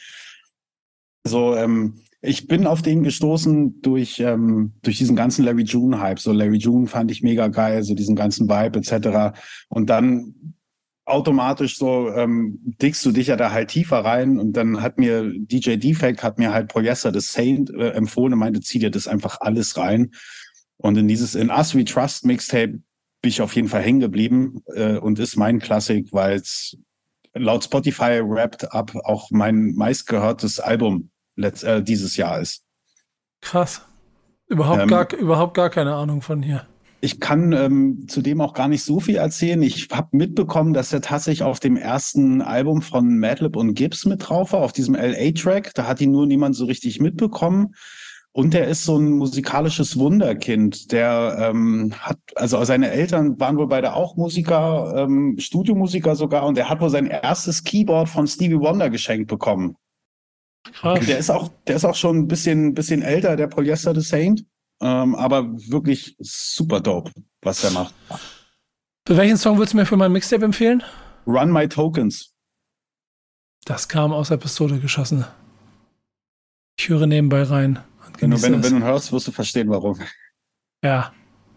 Speaker 6: so, ich bin auf den gestoßen durch diesen ganzen Larry June-Hype. So Larry June fand ich mega geil, so diesen ganzen Vibe etc. Und dann automatisch so dickst du dich ja da halt tiefer rein und dann hat mir DJ Defect halt Polyester the Saint empfohlen und meinte, zieh dir das einfach alles rein. Und in dieses In Us We Trust Mixtape bin ich auf jeden Fall hängen geblieben und ist mein Klassik, weil es laut Spotify Wrapped Up auch mein meistgehörtes Album dieses Jahr ist.
Speaker 3: Krass. Überhaupt gar keine Ahnung von hier.
Speaker 6: Ich kann zudem auch gar nicht so viel erzählen. Ich habe mitbekommen, dass er tatsächlich auf dem ersten Album von Madlib und Gibbs mit drauf war, auf diesem LA-Track. Da hat ihn nur niemand so richtig mitbekommen. Und er ist so ein musikalisches Wunderkind. Der also seine Eltern waren wohl beide auch Musiker, Studiomusiker sogar. Und er hat wohl sein erstes Keyboard von Stevie Wonder geschenkt bekommen.
Speaker 3: Krass.
Speaker 6: Der ist auch schon ein bisschen älter, der Polyester the Saint. Aber wirklich super dope, was er macht.
Speaker 3: Für welchen Song würdest du mir für mein Mixtape empfehlen?
Speaker 6: Run My Tokens.
Speaker 3: Das kam aus der Pistole geschossen. Ich höre nebenbei rein.
Speaker 6: Wenn du hörst, wirst du verstehen, warum.
Speaker 3: Ja.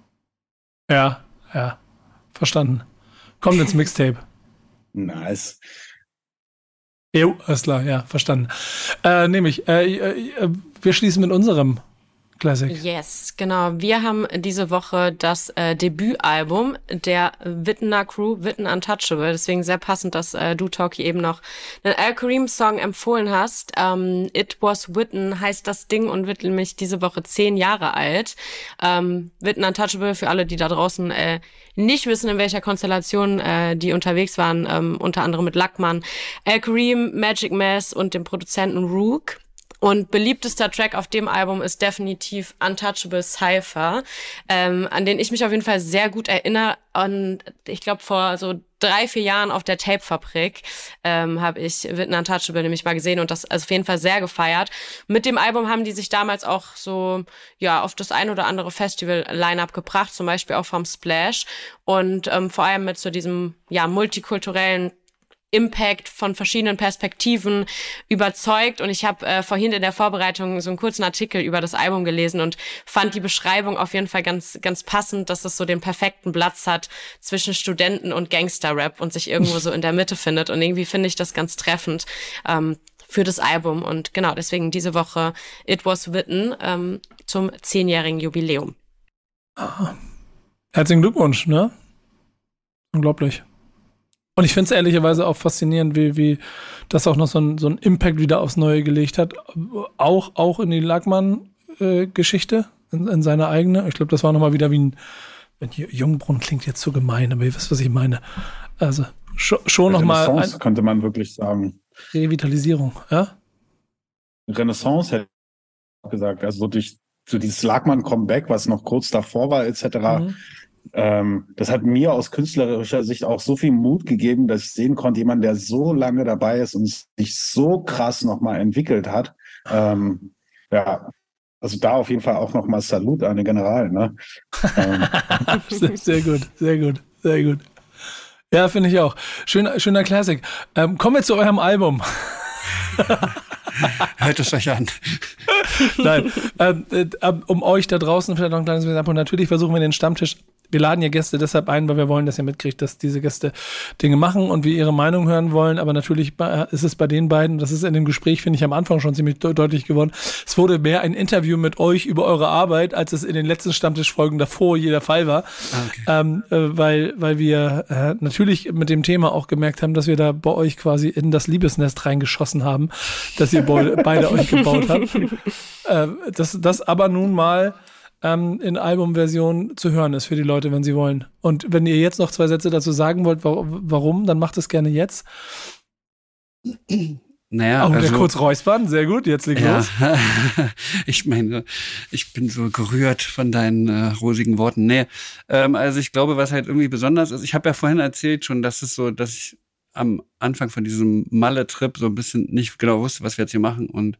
Speaker 3: Verstanden. Kommt ins Mixtape.
Speaker 6: Nice.
Speaker 3: Jo, alles klar, ja, verstanden. Nehme ich. Wir schließen mit unserem Classic.
Speaker 4: Yes, genau. Wir haben diese Woche das Debütalbum der Wittener Crew, Witten Untouchable. Deswegen sehr passend, dass du, Talkie, eben noch einen Al-Kareem-Song empfohlen hast. It Was Witten heißt das Ding und wird nämlich diese Woche 10 Jahre alt. Witten Untouchable, für alle, die da draußen nicht wissen, in welcher Konstellation die unterwegs waren, unter anderem mit Lackmann, Al-Kareem, Magic Mess und dem Produzenten Rook. Und beliebtester Track auf dem Album ist definitiv Untouchable Cypher, an den ich mich auf jeden Fall sehr gut erinnere. Und ich glaube, vor so 3-4 Jahren auf der Tape-Fabrik habe ich Witten Untouchable nämlich mal gesehen und das also auf jeden Fall sehr gefeiert. Mit dem Album haben die sich damals auch so auf das ein oder andere Festival-Line-Up gebracht, zum Beispiel auch vom Splash. Und vor allem mit so diesem multikulturellen Impact von verschiedenen Perspektiven überzeugt und ich habe vorhin in der Vorbereitung so einen kurzen Artikel über das Album gelesen und fand die Beschreibung auf jeden Fall ganz, ganz passend, dass es so den perfekten Platz hat zwischen Studenten und Gangster-Rap und sich irgendwo so in der Mitte findet und irgendwie finde ich das ganz treffend für das Album und genau, deswegen diese Woche It Was Witten zum 10-jährigen Jubiläum.
Speaker 3: Herzlichen Glückwunsch, ne? Unglaublich. Und ich finde es ehrlicherweise auch faszinierend, wie das auch noch so ein Impact wieder aufs Neue gelegt hat. Auch in die Lackmann-Geschichte, in seine eigene. Ich glaube, das war nochmal wieder wie ein Jungbrunnen klingt jetzt so gemein, aber ihr wisst, was ich meine. Also schon nochmal.
Speaker 6: Renaissance könnte man wirklich sagen.
Speaker 3: Revitalisierung, ja?
Speaker 6: Renaissance hätte ich gesagt. Also durch so dieses Lagmann-Comeback, was noch kurz davor war, etc. Das hat mir aus künstlerischer Sicht auch so viel Mut gegeben, dass ich sehen konnte, jemand, der so lange dabei ist und sich so krass nochmal entwickelt hat. Ja, also da auf jeden Fall auch nochmal Salut an den General. Ne?
Speaker 3: Sehr gut, sehr gut, sehr gut. Ja, finde ich auch. Schöner Classic. Kommen wir zu eurem Album.
Speaker 5: Hört es euch an.
Speaker 3: Nein, um euch da draußen vielleicht noch ein kleines bisschen ab. Und natürlich versuchen wir den Stammtisch. Wir laden ja Gäste deshalb ein, weil wir wollen, dass ihr mitkriegt, dass diese Gäste Dinge machen und wir ihre Meinung hören wollen. Aber natürlich ist es bei den beiden, das ist in dem Gespräch, finde ich, am Anfang schon ziemlich deutlich geworden. Es wurde mehr ein Interview mit euch über eure Arbeit, als es in den letzten Stammtischfolgen davor jeder Fall war. Okay. Weil wir natürlich mit dem Thema auch gemerkt haben, dass wir da bei euch quasi in das Liebesnest reingeschossen haben, dass ihr beide euch gebaut habt. Das aber nun mal in Albumversion zu hören ist für die Leute, wenn sie wollen. Und wenn ihr jetzt noch 2 Sätze dazu sagen wollt, warum, dann macht es gerne jetzt.
Speaker 5: Naja,
Speaker 3: also, der kurz räuspern, sehr gut, jetzt legt los.
Speaker 5: Ich meine, ich bin so gerührt von deinen rosigen Worten. Nee, also ich glaube, was halt irgendwie besonders ist, ich habe ja vorhin erzählt schon, dass es so, dass ich am Anfang von diesem Malle-Trip so ein bisschen nicht genau wusste, was wir jetzt hier machen. Und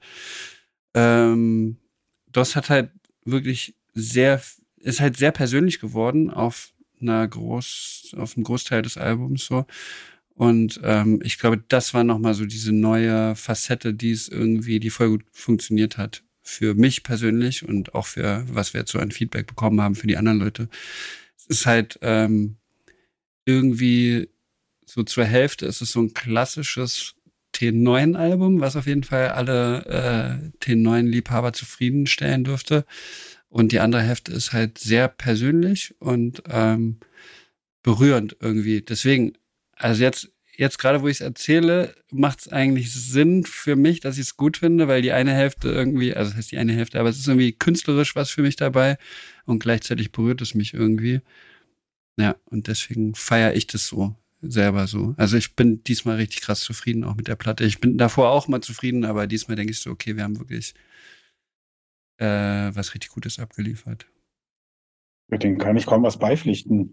Speaker 5: das hat halt wirklich ist halt sehr persönlich geworden auf einem Großteil des Albums so. Und ich glaube, das war nochmal so diese neue Facette, die voll gut funktioniert hat. Für mich persönlich und auch für, was wir jetzt so an Feedback bekommen haben für die anderen Leute. Es ist halt irgendwie so zur Hälfte ist es so ein klassisches T9-Album, was auf jeden Fall alle T9-Liebhaber zufriedenstellen dürfte. Und die andere Hälfte ist halt sehr persönlich und berührend irgendwie. Deswegen, also jetzt gerade, wo ich es erzähle, macht es eigentlich Sinn für mich, dass ich es gut finde, weil die eine Hälfte irgendwie, also das heißt die eine Hälfte, aber es ist irgendwie künstlerisch was für mich dabei und gleichzeitig berührt es mich irgendwie. Ja, und deswegen feiere ich das so selber so. Also ich bin diesmal richtig krass zufrieden auch mit der Platte. Ich bin davor auch mal zufrieden, aber diesmal denke ich so, okay, wir haben wirklich was richtig Gutes abgeliefert.
Speaker 6: Mit dem kann ich kaum was beipflichten.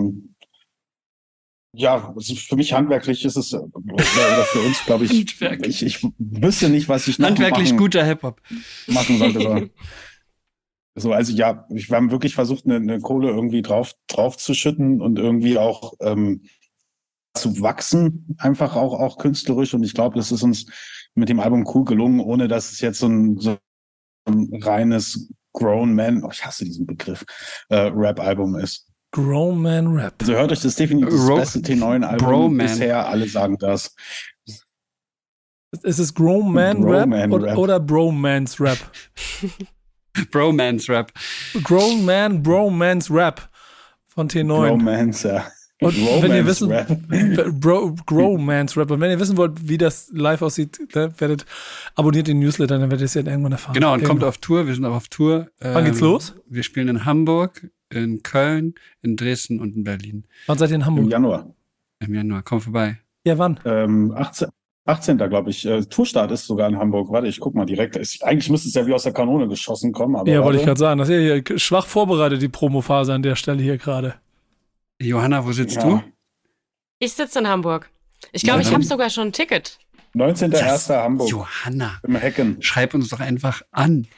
Speaker 6: Ja, also für mich handwerklich ist es, oder für uns, glaube ich, ich wüsste nicht, was ich noch
Speaker 5: handwerklich guter Hip-Hop
Speaker 6: machen sollte. So, also ja, wir haben wirklich versucht, eine Kohle irgendwie drauf zu schütten und irgendwie auch zu wachsen, einfach auch künstlerisch. Und ich glaube, das ist uns mit dem Album cool gelungen, ohne dass es jetzt so ein reines Grown Man, ich hasse diesen Begriff, Rap-Album ist.
Speaker 3: Grown Man Rap.
Speaker 6: Also hört euch das definitiv das beste T9-Album bisher, alle sagen das.
Speaker 3: Ist es Grown Man Rap oder Bromance Rap?
Speaker 5: Bromance Rap.
Speaker 3: Grown Man, Bromance Rap von T9.
Speaker 6: Bromance, ja.
Speaker 3: Und wenn ihr wissen, Bromance Rap. Und wenn ihr wissen wollt, wie das live aussieht, abonniert den Newsletter, dann werdet ihr es ja irgendwann erfahren.
Speaker 5: Genau, und kommt auf Tour. Wir sind auch auf Tour.
Speaker 3: Wann geht's los?
Speaker 5: Wir spielen in Hamburg, in Köln, in Dresden und in Berlin.
Speaker 3: Wann seid ihr in Hamburg?
Speaker 6: Im Januar.
Speaker 5: Im Januar, komm vorbei.
Speaker 3: Ja, wann?
Speaker 6: 18. glaube ich. Tourstart ist sogar in Hamburg. Warte, ich guck mal direkt. Eigentlich müsste es ja wie aus der Kanone geschossen kommen. Aber
Speaker 3: ja, wollte ich gerade sagen. Das ist ja hier schwach vorbereitet, die Promophase an der Stelle hier gerade.
Speaker 5: Johanna, wo sitzt du?
Speaker 4: Ich sitze in Hamburg. Ich glaube, ich habe sogar schon ein Ticket.
Speaker 6: 19.01. Hamburg.
Speaker 5: Johanna,
Speaker 6: im Hecken.
Speaker 5: Schreib uns doch einfach an.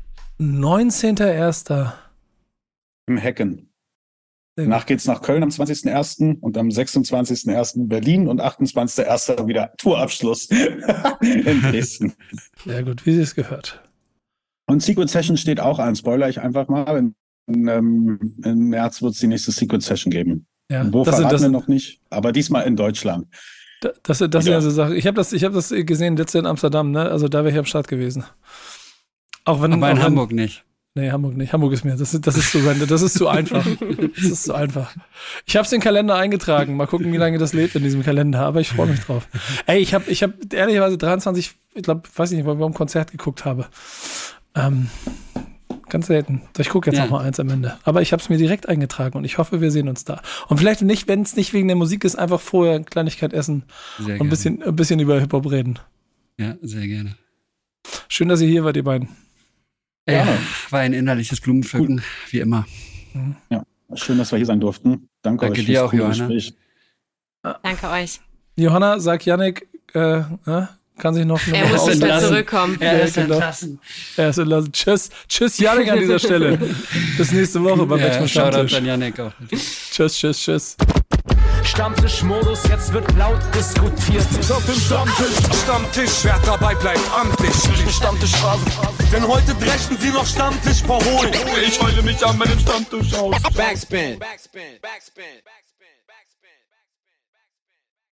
Speaker 3: 19.01.
Speaker 6: Im Hecken. Danach geht's nach Köln am 20.01. und am 26.01. Berlin und 28.01. wieder Tourabschluss in Dresden.
Speaker 3: Sehr gut, wie sie es gehört.
Speaker 6: Und Secret Session steht auch an. Spoiler ich einfach mal. Im März wird es die nächste Secret Session geben.
Speaker 3: Ja,
Speaker 6: wo verraten wir noch nicht, aber diesmal in Deutschland.
Speaker 3: Das sind also Sachen. Ich hab das gesehen letztes Jahr in Amsterdam, ne? Also da wäre ich am Start gewesen. Aber in
Speaker 5: Hamburg nicht.
Speaker 3: Nee, Hamburg nicht. Hamburg ist mir. Das ist zu random. Das ist zu einfach. Das ist zu einfach. Ich habe es in den Kalender eingetragen. Mal gucken, wie lange das lebt in diesem Kalender. Aber ich freue mich drauf. Ey, ich hab ehrlicherweise 23, ich glaube, weiß nicht, weil wir ein Konzert geguckt habe. Ganz selten. Ich gucke jetzt noch mal eins am Ende. Aber ich habe es mir direkt eingetragen und ich hoffe, wir sehen uns da. Und vielleicht nicht, wenn es nicht wegen der Musik ist, einfach vorher eine Kleinigkeit essen und ein bisschen über Hip-Hop reden.
Speaker 5: Ja, sehr gerne.
Speaker 3: Schön, dass ihr hier wart, ihr beiden.
Speaker 5: War ein innerliches Blumenpflücken, wie immer.
Speaker 6: Ja, schön, dass wir hier sein durften. Danke euch
Speaker 5: dir auch, Johanna.
Speaker 6: Gespräch.
Speaker 4: Danke euch.
Speaker 3: Johanna, sag Yannick, kann sich noch
Speaker 4: Er muss nicht mehr zurückkommen.
Speaker 5: Er ist entlassen.
Speaker 3: Er ist entlassen. Tschüss Yannick an dieser Stelle. Bis nächste Woche beim Backspin Stammtisch.
Speaker 5: An Yannick auch.
Speaker 3: Tschüss.
Speaker 1: Stammtischmodus, jetzt wird laut diskutiert.
Speaker 2: Auf dem Stammtisch, wer dabei bleibt, amtlich. Stammtischphase, denn heute brechen sie noch Stammtisch verholen. Ich heule mich an meinem Stammtisch aus.
Speaker 1: Backspin.